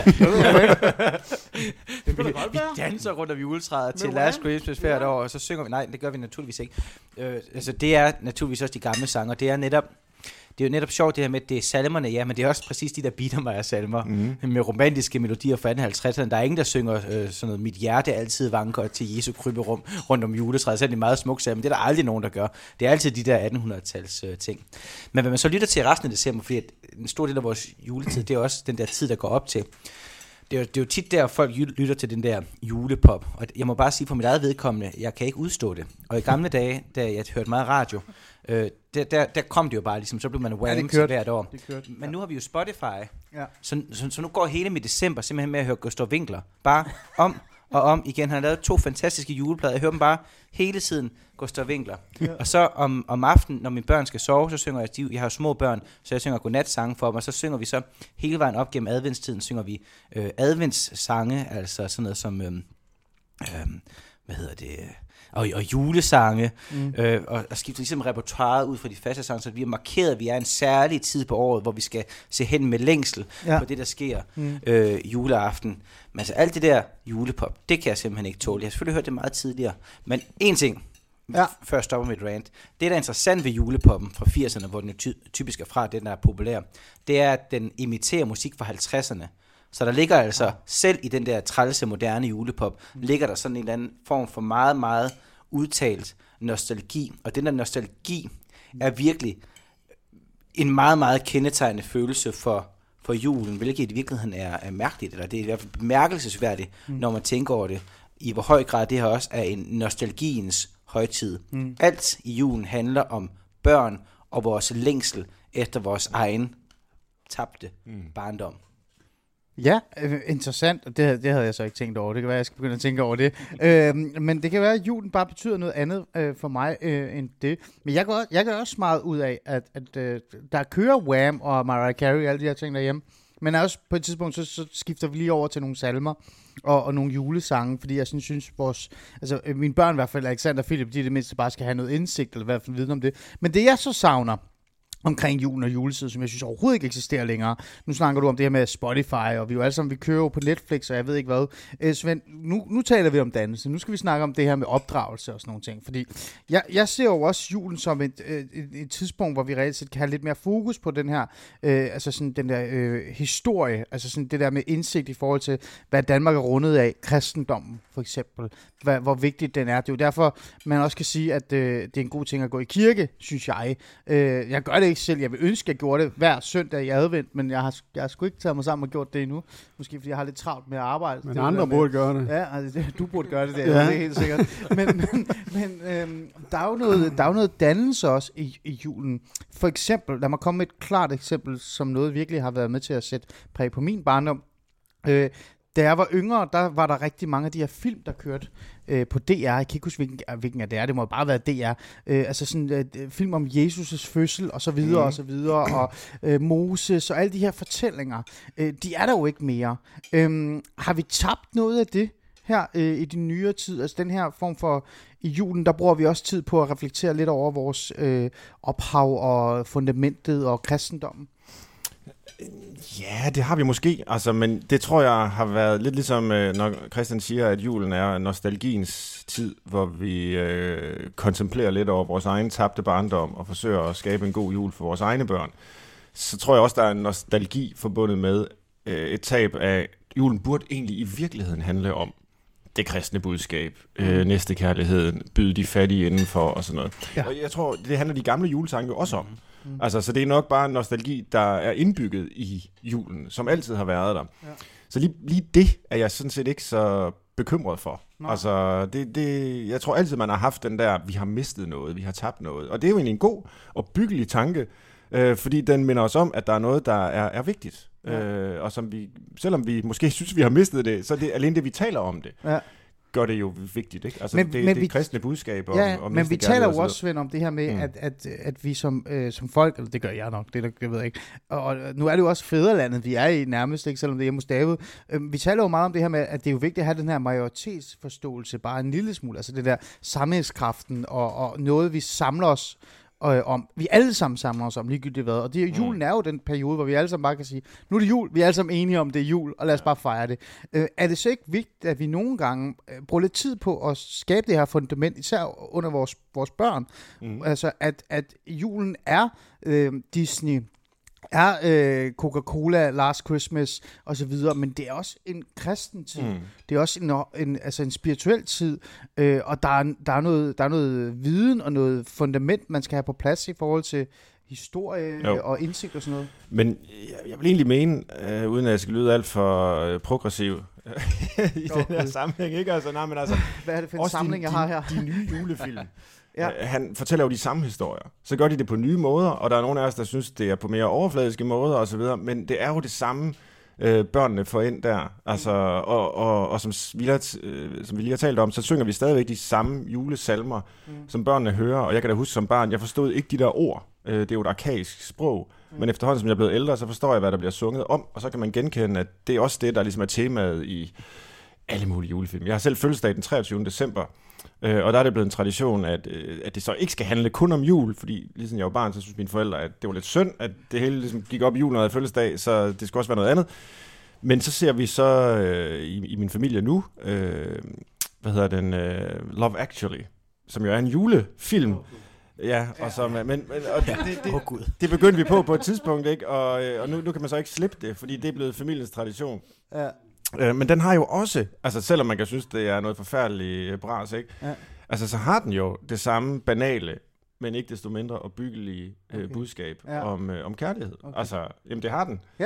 vi danser rundt om juletræet til Last Christmas hvert år, og så synger vi. Nej, det gør vi naturligvis ikke. Altså, det er naturligvis også de gamle sanger. Det er jo netop sjovt det her med, at det er salmerne, ja, men det er også præcis de der Biedermeier-salmer med romantiske melodier fra 1850'erne. Der er ingen, der synger sådan noget, mit hjerte altid vanker til Jesu kryberum rundt om juletræet. Så er det en meget smuk salme, det er der aldrig nogen, der gør. Det er altid de der 1800-tals ting. Men hvad man så lytter til resten af december, fordi en stor del af vores juletid, det er også den der tid, der går op til. Det er jo tit der, folk lytter til den der julepop. Og jeg må bare sige for mit eget vedkommende, jeg kan ikke udstå det. Og i gamle dage, da jeg hørte meget radio, der kom det jo bare ligesom, så blev man Wham til hvert år. Men nu har vi jo Spotify, så nu går hele mit december simpelthen med at høre Gustav Winkler. Bare og om igen. Han har lavet 2 fantastiske juleplader. Jeg hører dem bare hele tiden, Gustav Winckler. Ja. Og så om aftenen, når mine børn skal sove, så synger jeg har jo små børn, så jeg synger godnatsange for dem, og så synger vi så hele vejen op gennem adventstiden, synger vi adventssange, altså sådan noget som, og julesange, og skifter ligesom repertoireet ud fra de faste sange, så vi har markeret, at vi er en særlig tid på året, hvor vi skal se hen med længsel på det, der sker juleaften. Men altså alt det der julepop, det kan jeg simpelthen ikke tåle. Jeg har selvfølgelig hørt det meget tidligere, men en ting, før jeg stopper mit rant, det der er interessant ved julepoppen fra 80'erne, hvor den typisk er fra, den der er populær, det er, at den imiterer musik fra 50'erne. Så der ligger altså, selv i den der trælse moderne julepop, ligger der sådan en eller anden form for meget, meget udtalt nostalgi. Og den der nostalgi er virkelig en meget, meget kendetegnende følelse for julen, hvilket i virkeligheden er mærkeligt, eller det er i hvert fald bemærkelsesværdigt, når man tænker over det, i hvor høj grad det her også er en nostalgiens højtid. Alt i julen handler om børn og vores længsel efter vores egen tabte barndom. Ja, interessant. Det havde jeg så ikke tænkt over. Det kan være, jeg skal begynde at tænke over det. Men det kan være, at julen bare betyder noget andet for mig end det. Men jeg gør også meget ud af, at der kører Wham og Mariah Carey og alle de her ting derhjemme. Men også på et tidspunkt, så skifter vi lige over til nogle salmer og nogle julesange, fordi jeg synes mine børn i hvert fald, Alexander og Philip, de det mindste bare skal have noget indsigt, eller i hvert fald viden om det. Men det jeg så savner omkring julen og juletid, som jeg synes overhovedet ikke eksisterer længere. Nu snakker du om det her med Spotify, og vi jo alle sammen, vi kører jo på Netflix, og jeg ved ikke hvad. Svend, nu taler vi om dannelse. Nu skal vi snakke om det her med opdragelse og sådan nogle ting. Fordi jeg ser jo også julen som et tidspunkt, hvor vi reelt set kan have lidt mere fokus på den her, altså sådan den der historie, altså sådan det der med indsigt i forhold til, hvad Danmark er rundet af, kristendommen for eksempel, hvor vigtigt den er. Det er jo derfor, man også kan sige, at det er en god ting at gå i kirke, synes jeg. Jeg gør det ikke selv. Jeg vil ønske, at jeg gjorde det hver søndag i advent, men jeg har sgu ikke taget mig sammen og gjort det endnu. Måske fordi jeg har lidt travlt med at arbejde. Men andre burde gøre det. Ja, altså, du burde gøre det, det er helt sikkert. Men der er jo noget dannelse også i julen. For eksempel, lad mig komme med et klart eksempel, som noget virkelig har været med til at sætte præg på min barndom. Da jeg var yngre, der var der rigtig mange af de her film, der kørte på DR. Jeg kan ikke huske, hvilken af det er. Det må bare være DR. Altså sådan film om Jesus' fødsel, og så videre, og så videre, og Moses, og alle de her fortællinger. De er der jo ikke mere. Har vi tabt noget af det her i den nyere tid? Altså den her form for, i julen, der bruger vi også tid på at reflektere lidt over vores ophav og fundamentet og kristendommen. Ja, det har vi måske, altså, men det tror jeg har været lidt ligesom, når Christian siger, at julen er nostalgiens tid, hvor vi kontemplerer lidt over vores egen tabte barndom og forsøger at skabe en god jul for vores egne børn. Så tror jeg også, der er en nostalgi forbundet med et tab af, julen burde egentlig i virkeligheden handle om det kristne budskab, næstekærligheden, byde de fattige indenfor og sådan noget. Ja. Og jeg tror, det handler de gamle julesange jo også om. Altså, så det er nok bare en nostalgi, der er indbygget i julen, som altid har været der. Ja. Så lige det er jeg sådan set ikke så bekymret for. Nej. Altså, jeg tror altid, man har haft den der, vi har mistet noget, vi har tabt noget. Og det er jo egentlig en god og byggelig tanke, fordi den minder os om, at der er noget, der er vigtigt. Ja. Og som vi, selvom vi måske synes, vi har mistet det, så er det alene det, vi taler om det. Ja. Gør det jo vigtigt, ikke? Altså, det kristne budskab om men vi taler jo også, Svend, om det her med, at vi som folk, eller det gør jeg nok, det ved jeg ikke, og nu er det jo også fædrelandet, vi er i nærmest, ikke, selvom det er hjemme hos David. Vi taler jo meget om det her med, at det er jo vigtigt at have den her majoritetsforståelse, bare en lille smule, altså det der sammenhængskraften, og noget, vi samler os om. Vi alle sammen samler os om, ligegyldigt hvad. Og julen er jo den periode, hvor vi alle sammen bare kan sige, nu er det jul, vi er alle sammen enige om, det er jul, og lad os bare fejre det. Er det så ikke vigtigt, at vi nogle gange bruger lidt tid på at skabe det her fundament, især under vores børn? Altså, at julen er Disney, er Coca-Cola, Last Christmas og så videre, men det er også en kristen tid. Det er også en spirituel tid, og der er noget viden og noget fundament, man skal have på plads i forhold til historie og indsigt og sådan noget. Men jeg vil egentlig mene, uden at jeg skal lyde alt for progressiv i den her sammenhæng, ikke? Altså, nej, men altså, hvad er det for en samling, jeg har her? De nye julefilm. Ja. Han fortæller jo de samme historier. Så gør de det på nye måder, og der er nogle af os, der synes, det er på mere overfladiske måder og så videre, men det er jo det samme børnene får ind der. Altså, og som vi lige har talt om, så synger vi stadigvæk de samme julesalmer, som børnene hører. Og jeg kan da huske som barn, jeg forstod ikke de der ord. Det er jo et arkaisk sprog. Men efterhånden, som jeg er blevet ældre, så forstår jeg, hvad der bliver sunget om. Og så kan man genkende, at det er også det, der ligesom er temaet i alle mulige julefilm. Jeg har selv fødselsdag den 23. december. Og der er det blevet en tradition, at det så ikke skal handle kun om jul, fordi ligesom jeg var barn, så synes mine forældre, at det var lidt synd, at det hele ligesom gik op i jul, når jeg havde fødselsdag, så det skulle også være noget andet. Men så ser vi så i min familie nu, Love Actually, som jo er en julefilm. Ja, og så det begyndte vi på et tidspunkt, ikke? Og nu kan man så ikke slippe det, fordi det er blevet familiens tradition. Ja. Men den har jo også, altså selvom man kan synes, det er noget forfærdeligt bras, ikke? Ja. Altså så har den jo det samme banale, men ikke desto mindre opbyggelige budskab om kærlighed. Okay. Altså, jamen det har den. Ja,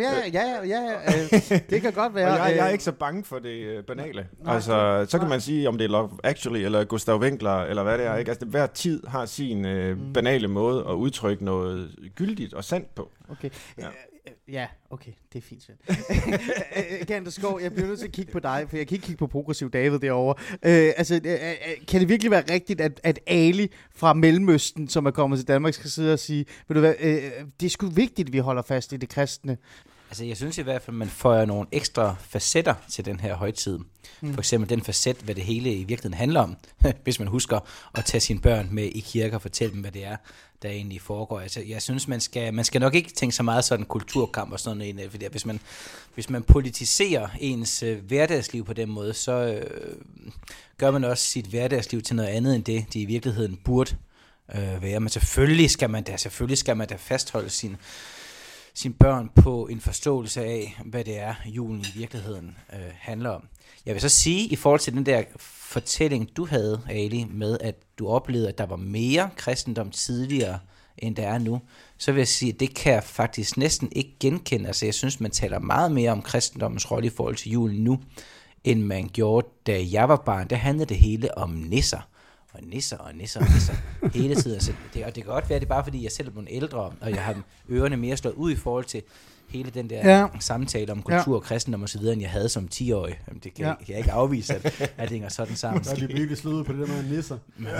det kan godt være. Og jeg er ikke så bange for det banale. Altså, så kan man sige, om det er Love Actually, eller Gustav Winkler, eller hvad det er, ikke? Altså, hver tid har sin banale måde at udtrykke noget gyldigt og sandt på. Okay. Ja, okay, det er fint. Ganter Skov, jeg bliver nødt til at kigge på dig, for jeg kan ikke kigge på Progressiv David derovre. Kan det virkelig være rigtigt, at Ali fra Mellemøsten, som er kommet til Danmark, skal sidde og sige, ved du hvad, det er sgu vigtigt, at vi holder fast i det kristne? Altså, jeg synes i hvert fald, man får nogle ekstra facetter til den her højtid. For eksempel den facet, hvad det hele i virkeligheden handler om, hvis man husker at tage sine børn med i kirke og fortælle dem, hvad det er, der egentlig foregår. Altså, jeg synes, man skal nok ikke tænke så meget sådan kulturkamp og sådan noget, fordi hvis man politiserer ens hverdagsliv på den måde, så gør man også sit hverdagsliv til noget andet end det i virkeligheden burde være. Men selvfølgelig skal man da fastholde sine børn på en forståelse af, hvad det er, julen i virkeligheden handler om. Jeg vil så sige, i forhold til den der fortælling, du havde, Ali, med at du oplevede, at der var mere kristendom tidligere, end der er nu, så vil jeg sige, at det kan jeg faktisk næsten ikke genkende. Altså, jeg synes, man taler meget mere om kristendommens rolle i forhold til julen nu, end man gjorde, da jeg var barn. Der handlede det hele om nisser. Og nisser hele tiden. Altså, og det kan godt være, det er bare fordi, jeg selv er blevet ældre, og jeg har ørerne mere slået ud i forhold til hele den der samtale om kultur og kristendom og så videre, end jeg havde som 10-årig. Jamen, det kan jeg ikke afvise, at det hænger sådan sammen. Der er lige virkelig slået ud på det der med nisser.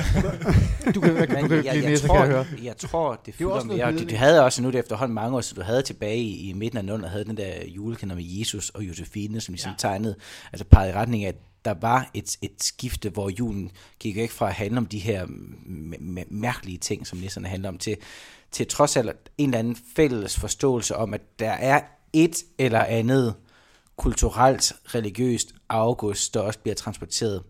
Jeg tror, det fylder mere. Du havde også nu det efterhånden mange år, så du havde tilbage i midten af 00'erne, havde den der julekalender med Jesus og Josefine, som ligesom tegnede, altså pegede i retning af, at der var et skifte, hvor julen gik ikke fra at handle om de her mærkelige ting, som nisserne handler om, til trods alt en eller anden fælles forståelse om, at der er et eller andet kulturelt, religiøst august, der også bliver transporteret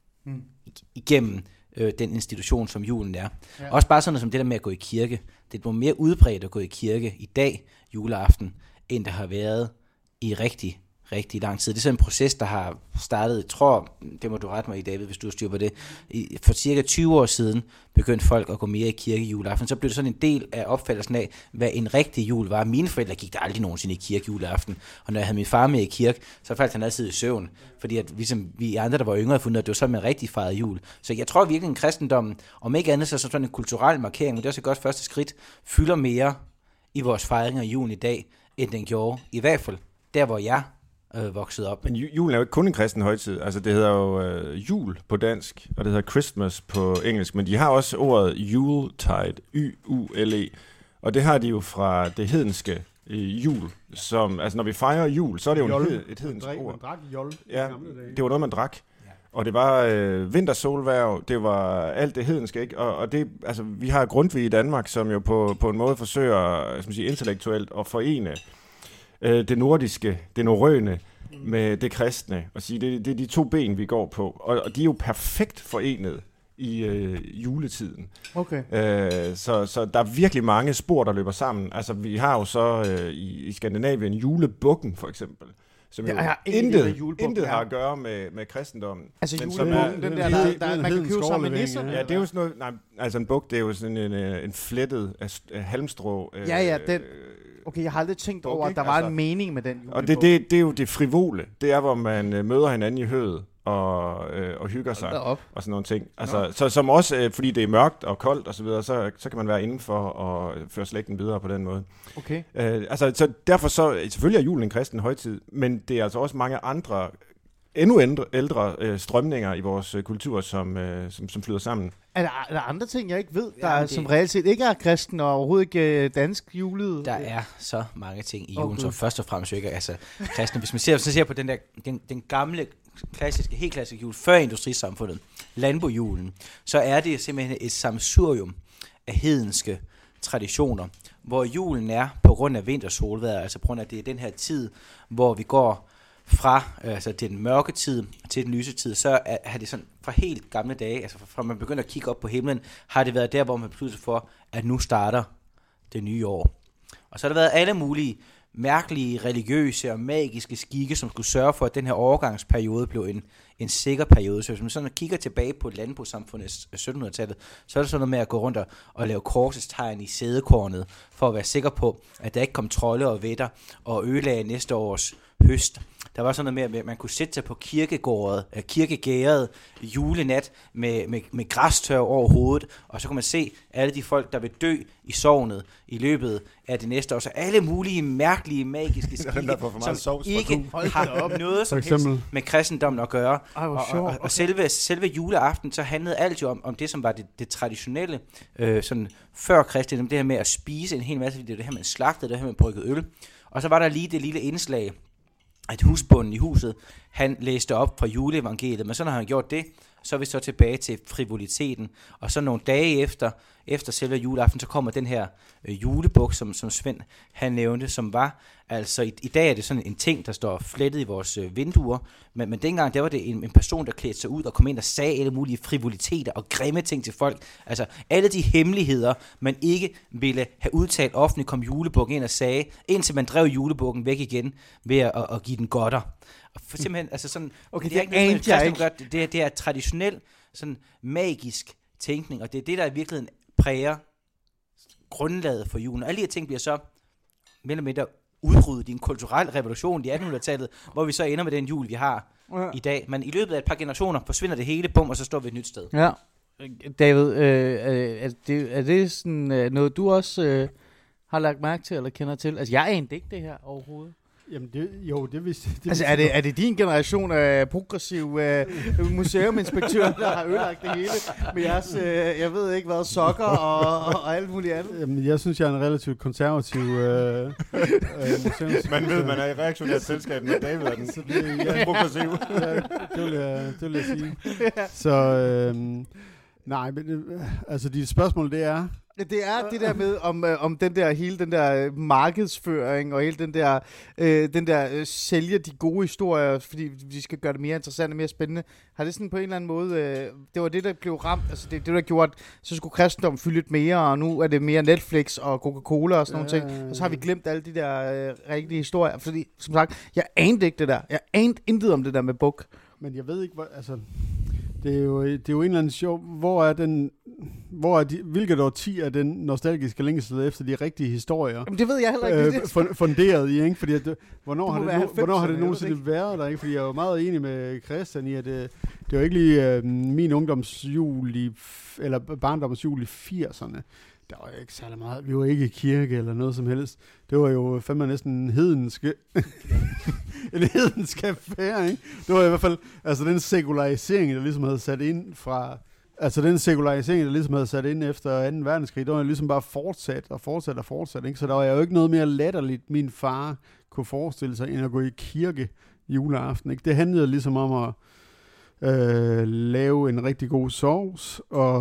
igennem den institution, som julen er. Ja. Også bare sådan som det der med at gå i kirke. Det er noget mere udbredt at gå i kirke i dag, juleaften, end der har været i rigtig lang tid. Det er sådan en proces, der har startet, jeg tror, det må du rette mig i, David, hvis du styrer på det, for cirka 20 år siden begyndte folk at gå mere i kirke juleaften. Så blev det sådan en del af opfattelsen af, hvad en rigtig jul var. Mine forældre gik der aldrig nogensinde i kirke juleaften, og når jeg havde min far med i kirke, så faldt han altid i søvn, fordi at ligesom vi andre, der var yngre, fundet, at det var sådan en rigtig fejret jul. Så jeg tror virkelig, en kristendommen, om ikke andet så sådan en kulturel markering, men det er også et godt første skridt, fylder mere i vores fejringer af julen i dag, end den gjorde, i hvert fald der, hvor jeg vokset op. Men julen er jo ikke kun en kristen højtid. Altså det hedder jo jul på dansk, og det hedder Christmas på engelsk, men de har også ordet Yuletide, Y-U-L-E, og det har de jo fra det hedenske jul, som, altså når vi fejrer jul, så er det jo et hedensk ord. Man drak jol. Ja, det var noget, man drak. Og det var vintersolværv, det var alt det hedenske, ikke? Og det, altså, vi har Grundtvig i Danmark, som jo på en måde forsøger, skal man sige, intellektuelt at forene det nordiske, det norrøne med det kristne, og sige, det er de to ben, vi går på. Og de er jo perfekt forenet i juletiden. Okay. Så der er virkelig mange spor, der løber sammen. Altså, vi har jo så i Skandinavien julebukken, for eksempel, som jo intet har at gøre med kristendommen. Altså julebukken, den der man kan købe sammen med nisser? Ja, det er jo sådan noget, altså en buk, det er jo sådan en flettet halmstrå. Den. Okay, jeg har aldrig tænkt over, at der var en mening med den julebog. Og det er jo det frivole. Det er, hvor man møder hinanden i høet og hygger sig og sådan nogle ting. Altså, Nå. som også, fordi det er mørkt og koldt og så videre, så kan man være indenfor og føre slægten videre på den måde. Okay. Så derfor selvfølgelig er julen en kristen højtid, men det er altså også mange andre endnu ældre strømninger i vores kultur, som flyder sammen. Er der andre ting, jeg ikke ved, som reelt set ikke er kristen og overhovedet ikke dansk julet? Der er så mange ting i julen, som først og fremmest ikke er kristne. Hvis man ser på den gamle, helt klassiske jul, før industrisamfundet, landbojulen, så er det simpelthen et sammensurium af hedenske traditioner, hvor julen er på grund af vintersolvejr, altså på grund af det er den her tid, hvor vi går fra den mørke tid til den lyse tid, så har det sådan fra helt gamle dage, altså fra man begynder at kigge op på himlen, har det været der, hvor man beslutter for, at nu starter det nye år. Og så har der været alle mulige mærkelige, religiøse og magiske skikke, som skulle sørge for, at den her overgangsperiode blev en sikker periode. Så hvis man sådan kigger tilbage på landbrugssamfundet i 1700-tallet, så er det sådan noget med at gå rundt og lave korsestegn i sædekornet, for at være sikker på, at der ikke kom trolde og vætter og ødelagde næste års høst. Der var sådan noget med, at man kunne sætte sig på kirkegæret julenat med græstør over hovedet, og så kunne man se alle de folk, der vil dø i sognet i løbet af det næste år. Så alle mulige mærkelige, magiske skikke, som ikke har noget som helst med kristendommen at gøre. Og selve juleaften, så handlede alt jo om det, som var det traditionelle, sådan før kristendom, det her med at spise en hel masse, det her, man slagtede, det her, man bryggede øl. Og så var der lige det lille indslag, at husbunden i huset, han læste op fra juleevangeliet, men så når han gjort det, så er vi så tilbage til frivoliteten, og så nogle dage efter selve juleaften, så kommer den her julebuk, som Svend han nævnte, som var, altså i dag er det sådan en ting, der står flettet i vores vinduer, men dengang, der var det en person, der klædte sig ud og kom ind og sagde alle mulige frivoliteter og grimme ting til folk, altså alle de hemmeligheder, man ikke ville have udtalt offentligt, kom julebukken ind og sagde, indtil man drev julebukken væk igen ved at give den godter. Og for simpelthen, altså sådan, okay, det er ikke det er traditionel, sådan magisk tænkning, og det er det, der i virkeligheden præger grundlaget for julen. Og alle de her ting bliver så mere eller mindre udryddet i en kulturel revolution i 1800-tallet, hvor vi så ender med den jul, vi har i dag. Men i løbet af et par generationer forsvinder det hele, bum, og så står vi et nyt sted. Ja. David, er det sådan noget, du også har lagt mærke til, eller kender til? Altså, jeg aner ikke det her overhovedet. Jamen, det vidste jeg. Altså, er det din generation af progressiv museuminspektører, der har ødelagt det hele med jeres, jeg ved ikke hvad, sokker og alt muligt andet? Jamen, jeg synes, jeg er en relativt konservativ museumsinspektør. Man ved, man er i reaktionært selskab med David, er den progressiv. Det vil jeg sige. Så, nej, men altså, dit spørgsmål, det er... Det er det der med om den der hele den der markedsføring og hele den der sælger de gode historier, fordi vi skal gøre det mere interessant og mere spændende. Har det sådan på en eller anden måde det var det der blev ramt, altså det der gjorde at så skulle kristendommen fylde lidt mere, og nu er det mere Netflix og Coca-Cola og sådan nogle ting. Og så har vi glemt alle de der rigtige historier, fordi som sagt, jeg anede ikke det der. Jeg anede intet om det der med buk. Men jeg ved ikke altså det er jo en eller anden sjov, hvilket årti er den nostalgiske længsel efter de rigtige historier? Jamen, det ved jeg heller ikke. Funderet i, ikke? Fordi hvornår har det nogensinde været der, ikke? Fordi jeg er jo meget enig med Christian i, at det var ikke lige min ungdomsjul eller barndomsjul i 80'erne. Der var ikke særlig meget. Vi var ikke i kirke eller noget som helst. Det var jo fandme næsten en hedensk affære, ikke? Det var i hvert fald altså den sekularisering, der ligesom havde sat ind fra... Altså den sekularisering, der ligesom havde sat ind efter 2. verdenskrig, der var ligesom bare fortsat, ikke? Så der var jo ikke noget mere latterligt, min far kunne forestille sig, end at gå i kirke juleaften, ikke? Det handlede ligesom om at lave en rigtig god sovs, og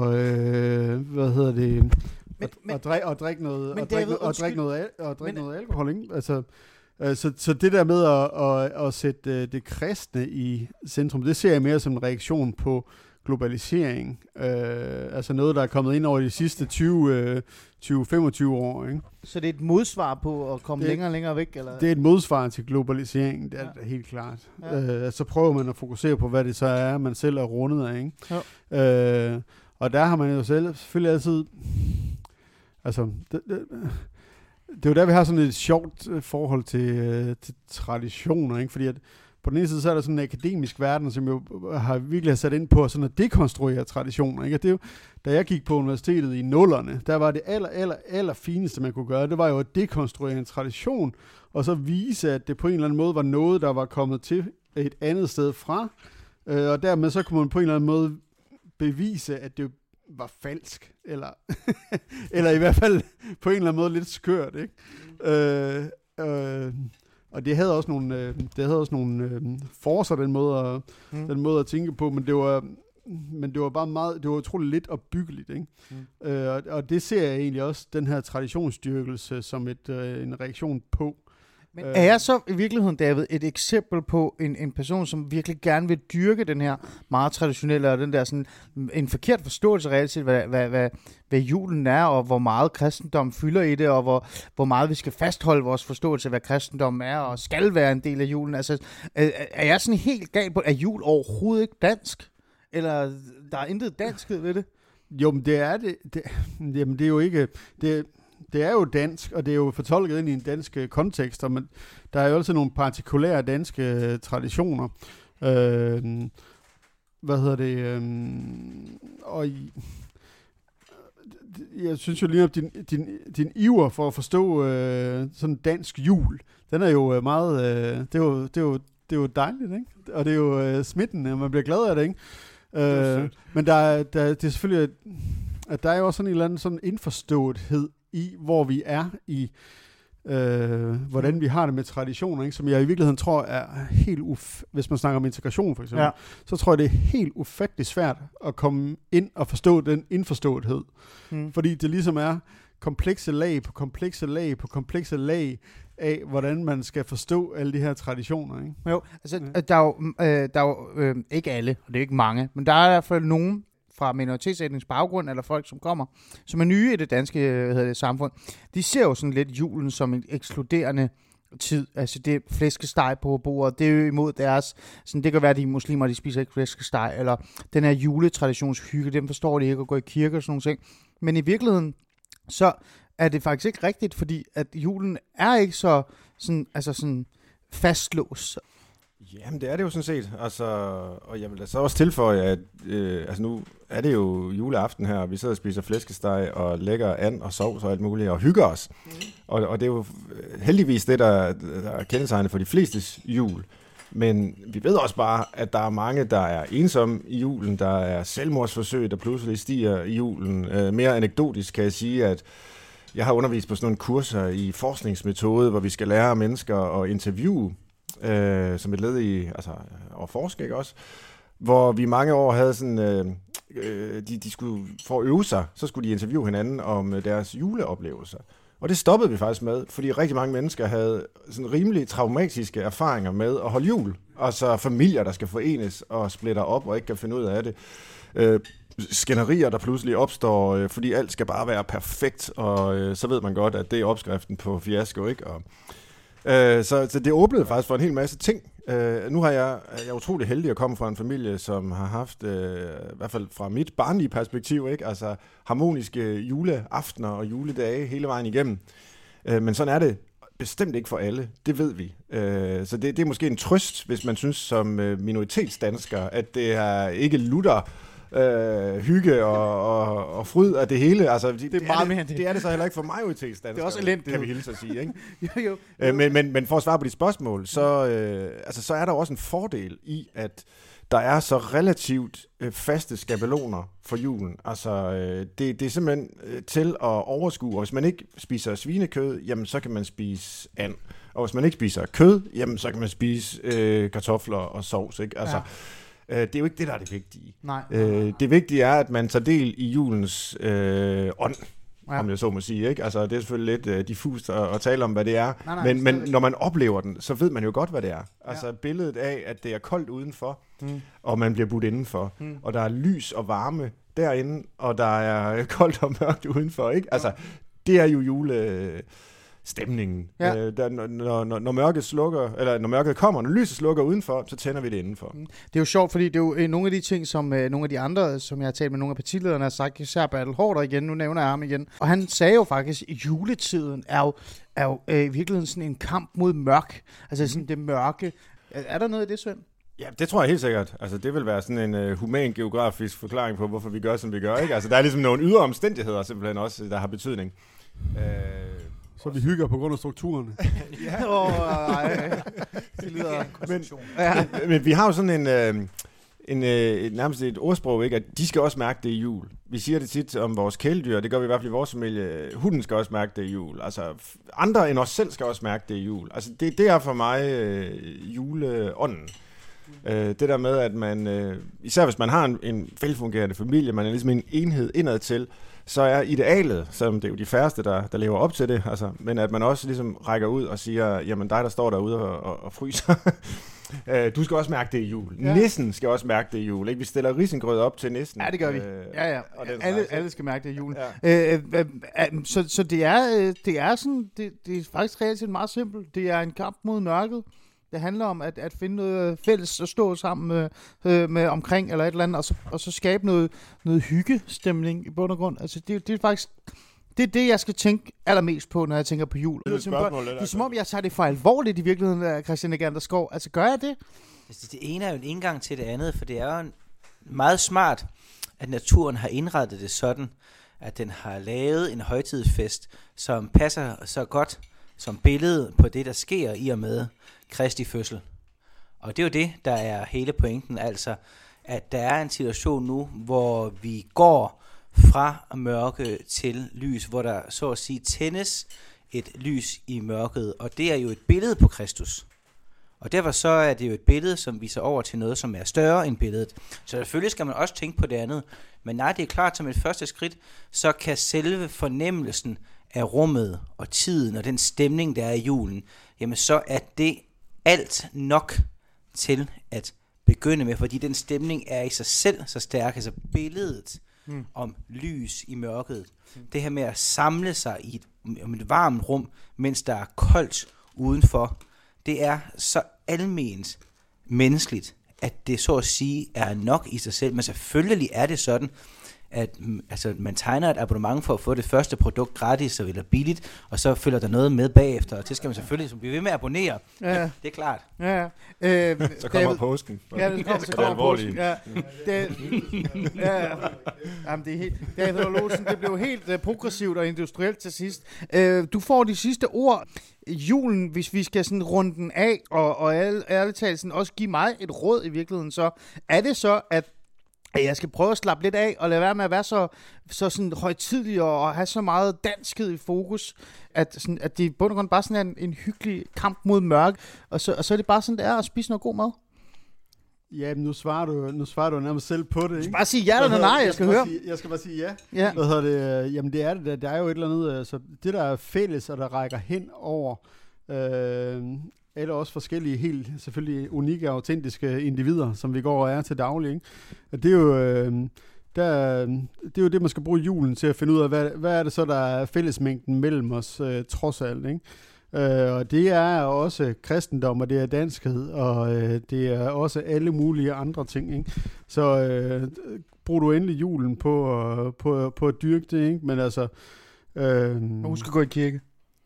og drikke noget alkohol, ikke? Altså, så det der med at sætte det kristne i centrum, det ser jeg mere som en reaktion på globalisering. Altså noget, der er kommet ind over de sidste 20-25 år, ikke? Så det er et modsvar på at komme længere og længere væk? Eller? Det er et modsvar til globalisering, det er helt klart. Ja. Så prøver man at fokusere på, hvad det så er, man selv er rundet af, ikke? Ja. Og der har man jo selvfølgelig altid... Altså, det er jo der, vi har sådan et sjovt forhold til traditioner, ikke? Fordi at på den ene side, så er der sådan en akademisk verden, som jo virkelig har sat ind på sådan at dekonstruere traditioner. Ikke? Og det er jo, da jeg gik på universitetet i 00'erne, der var det aller fineste, man kunne gøre, det var jo at dekonstruere en tradition, og så vise, at det på en eller anden måde var noget, der var kommet til et andet sted fra, og dermed så kunne man på en eller anden måde bevise, at det var falsk, eller, eller i hvert fald på en eller anden måde lidt skørt, ikke? Og det havde også nogle forser, den måde at tænke på, men det var bare meget, det var utroligt lidt opbyggeligt, ikke? Og det ser jeg egentlig også, den her traditionsstyrkelse, som en reaktion på. Men er jeg så i virkeligheden, David, et eksempel på en person, som virkelig gerne vil dyrke den her meget traditionelle, og den der sådan en forkert forståelse reelt set, hvad julen er, og hvor meget kristendom fylder i det, og hvor meget vi skal fastholde vores forståelse af, hvad kristendom er, og skal være en del af julen? Altså, er jeg sådan helt galt på, at jul overhovedet ikke dansk? Eller der er intet danskhed ved det? Jo, men det er det. Jamen, det er jo ikke... Det er jo dansk, og det er jo fortolket ind i en dansk kontekst, men der er jo også nogle partikulære danske traditioner. Og jeg synes jo lige om din iver for at forstå sådan dansk jul, den er jo meget, det er jo dejligt, ikke? Og det er jo smittende, man bliver glad af det, ikke? Men det er selvfølgelig, at der er jo også sådan en eller anden sådan indforståethed i, hvor vi er i, hvordan vi har det med traditioner, ikke? Som jeg i virkeligheden tror er helt hvis man snakker om integration for eksempel, så tror jeg, det er helt ufattelig svært at komme ind og forstå den indforståethed. Fordi det ligesom er komplekse lag på komplekse lag på komplekse lag af, hvordan man skal forstå alle de her traditioner, ikke? Jo, altså der er jo ikke alle, og det er ikke mange, men der er i hvert fald nogen fra minoritetsetnisk baggrund, eller folk, som kommer, som er nye i det danske samfund, de ser jo sådan lidt julen som en ekskluderende tid. Altså det er flæskesteg på bordet, det er jo imod deres, sådan, det kan være, at de muslimer, de spiser ikke flæskesteg, eller den her juletradtionshygge, dem forstår de ikke at gå i kirke og sådan nogle ting. Men i virkeligheden, så er det faktisk ikke rigtigt, fordi at julen er ikke så sådan fastlåst. Jamen, det er det jo sådan set. Altså, og jeg vil da så også tilføje, at altså nu er det jo juleaften her, og vi sidder og spiser flæskesteg og lægger and og sovs og alt muligt, og hygger os. Og det er jo heldigvis det, der er kendetegnende for de flestes jul. Men vi ved også bare, at der er mange, der er ensomme i julen, der er selvmordsforsøg, der pludselig stiger i julen. Mere anekdotisk kan jeg sige, at jeg har undervist på sådan nogle kurser i forskningsmetode, hvor vi skal lære mennesker at interviewe, som et led i at forske, ikke også? Hvor vi mange år havde sådan, de skulle for at øve sig, så skulle de interviewe hinanden om deres juleoplevelser. Og det stoppede vi faktisk med, fordi rigtig mange mennesker havde sådan rimelig traumatiske erfaringer med at holde jul. Altså familier, der skal forenes og splitter op og ikke kan finde ud af det. Skænderier, der pludselig opstår, fordi alt skal bare være perfekt, og så ved man godt, at det er opskriften på fiasko, ikke? Og så det åbnede faktisk for en hel masse ting. Nu er jeg utrolig heldig at komme fra en familie, som har haft, i hvert fald fra mit barnlige perspektiv, ikke? Altså harmoniske juleaftener og juledage hele vejen igennem. Men sådan er det bestemt ikke for alle, det ved vi. Så det er måske en trøst, hvis man synes som minoritetsdansker, at det er ikke lutter hygge og fryd af det hele. Altså, det er det så heller ikke for majoritetsdanskere. Det er også elendigt, kan vi hilse at sige, ikke? jo. Men for at svare på de spørgsmål, så er der også en fordel i, at der er så relativt faste skabeloner for julen. Altså, det er simpelthen til at overskue. Og hvis man ikke spiser svinekød, jamen så kan man spise and. Og hvis man ikke spiser kød, jamen så kan man spise kartofler og sovs, ikke? Altså, det er jo ikke det, der er det vigtige. Nej. Det vigtige er, at man tager del i julens ånd, om jeg så må sige, ikke? Altså, det er selvfølgelig lidt diffust at tale om, hvad det er. Men når man oplever den, så ved man jo godt, hvad det er. Altså, billedet af, at det er koldt udenfor, og man bliver budt indenfor, og der er lys og varme derinde, og der er koldt og mørkt udenfor, ikke? Altså, det er jo julestemningen. Når mørket slukker, eller når mørket kommer, når lyset slukker udenfor, så tænder vi det indenfor. Det er jo sjovt, fordi det er jo nogle af de ting, som nogle af de andre, som jeg har talt med nogle af partilederne, har sagt, især Bertel Haarder igen, nu nævner jeg ham igen. Og han sagde jo faktisk, at juletiden er jo i virkeligheden sådan en kamp mod mørk. Altså sådan det mørke. Er der noget i det, Svend? Ja, det tror jeg helt sikkert. Altså, det vil være sådan en human geografisk forklaring på, hvorfor vi gør, som vi gør, ikke? Altså, der er ligesom nogle ydre omstændigheder simpelthen også, der har betydning. Så vi hygger på grund af strukturerne. Det lyder... Men vi har jo sådan nærmest et ordsprog, ikke? At de skal også mærke det i jul. Vi siger det tit om vores kæledyr, det gør vi i hvert fald i vores familie. Hunden skal også mærke det i jul. Altså, andre end os selv skal også mærke det i jul. Altså, det er for mig juleånden. Det der med, at man, især hvis man har en velfungerende familie, man er ligesom en enhed indad til, så er idealet, som det er jo de færreste, der lever op til det, altså, men at man også ligesom rækker ud og siger, jamen dig, der står derude og fryser, du skal også mærke det i jul. Ja. Nissen skal også mærke det i jul. Ikke? Vi stiller risengrød op til nissen. Ja, det gør vi. Alle skal mærke det i jul. Ja. Så det er sådan, det er faktisk relativt meget simpelt. Det er en kamp mod mørket. Det handler om at finde noget fælles at stå sammen med omkring eller et eller andet, og så skabe noget hyggestemning i bund og grund. Altså det er faktisk det, jeg skal tænke allermest på, når jeg tænker på jul. Det er som om, jeg tager det for alvorligt i virkeligheden, Christian Egander Skov. Altså gør jeg det? Altså, det ene er jo en indgang til det andet, for det er jo meget smart, at naturen har indrettet det sådan, at den har lavet en højtidsfest, som passer så godt som billede på det, der sker i og med Kristi fødsel. Og det er jo det, der er hele pointen, altså at der er en situation nu, hvor vi går fra mørke til lys, hvor der så at sige tændes et lys i mørket, og det er jo et billede på Kristus. Og derfor så er det jo et billede, som viser over til noget, som er større end billedet. Så selvfølgelig skal man også tænke på det andet, men nej, det er klart som et første skridt, så kan selve fornemmelsen af rummet og tiden og den stemning, der er i julen, jamen så er det alt nok til at begynde med, fordi den stemning er i sig selv så stærk, altså billedet om lys i mørket. Det her med at samle sig i et varmt rum, mens der er koldt udenfor, det er så alment menneskeligt, at det så at sige er nok i sig selv, men selvfølgelig er det sådan, at altså, man tegner et abonnement for at få det første produkt gratis eller billigt, og så følger der noget med bagefter, og det skal man selvfølgelig blive ved med at abonnere. Ja. Det er klart. Ja. Så kommer påsken. Ja, så kommer påsken. Ja. Jamen, det er helt... David Olsen, det blev helt progressivt og industrielt til sidst. Du får de sidste ord. Julen, hvis vi skal sådan runde den af, og ærligt talt sådan også give mig et råd i virkeligheden, så er det så, at jeg skal prøve at slappe lidt af og lade være med at være så sådan højtidlig og have så meget danskhed i fokus, at det i bund og grund bare sådan er en hyggelig kamp mod mørke, og så er det bare sådan, det er at spise noget god mad. Ja, men nu svarer du nærmest selv på det, ikke? Du skal bare sige ja eller nej, jeg skal høre. Jeg skal bare sige ja. Ja. Hvad hedder det? Jamen det er det. Der er jo et eller andet, altså det der er fælles, og der rækker hen over eller også forskellige, helt selvfølgelig unikke og autentiske individer, som vi går og er til daglig, ikke? Og det er jo det er jo det, man skal bruge julen til at finde ud af, hvad er det så, der er fællesmængden mellem os, trods alt, ikke? Og det er også kristendom, og det er danskhed, og det er også alle mulige andre ting, ikke? Så brug du endelig julen på at dyrke det, ikke? Men altså... Husk at gå i kirke.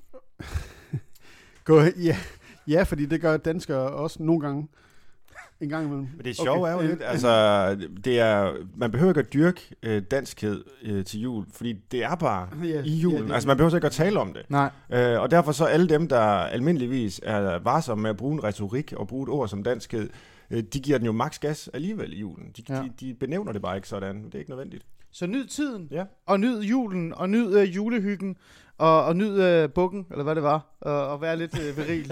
Ja, fordi det gør danskere også nogle gange. En gang imellem. Men det sjove er jo lidt, altså, man behøver ikke at dyrke danskhed til jul, fordi det er bare i julen. Altså, man behøver ikke at tale om det. Nej. Og derfor så alle dem, der almindeligvis er varsomme med at bruge en retorik og bruge et ord som danskhed, de giver den jo maks gas alligevel i julen. De benævner det bare ikke sådan. Det er ikke nødvendigt. Så nyd tiden, og nyd julen, og nyd julehyggen, og nyd bukken, eller hvad det var, og være lidt viril.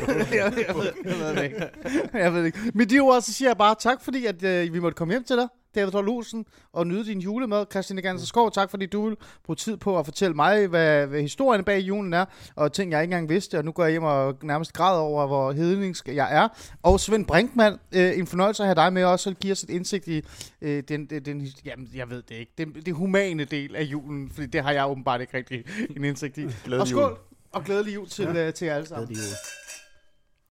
Jeg ved ikke. Med de ord, så siger jeg bare tak, fordi at vi måtte komme hjem til dig, David Olsen, og nyde din julemad. Christian Egander Skov, tak fordi du vil bruge tid på at fortælle mig, hvad historien bag julen er, og ting, jeg ikke engang vidste, og nu går jeg hjem og nærmest græder over, hvor hedningsk jeg er. Og Svend Brinkmann, en fornøjelse at have dig med også, og give os et indsigt i den jamen, jeg ved det ikke, det humane del af julen, fordi det har jeg åbenbart ikke rigtig en indsigt i. Og skål, og glædelig jul til jer alle sammen.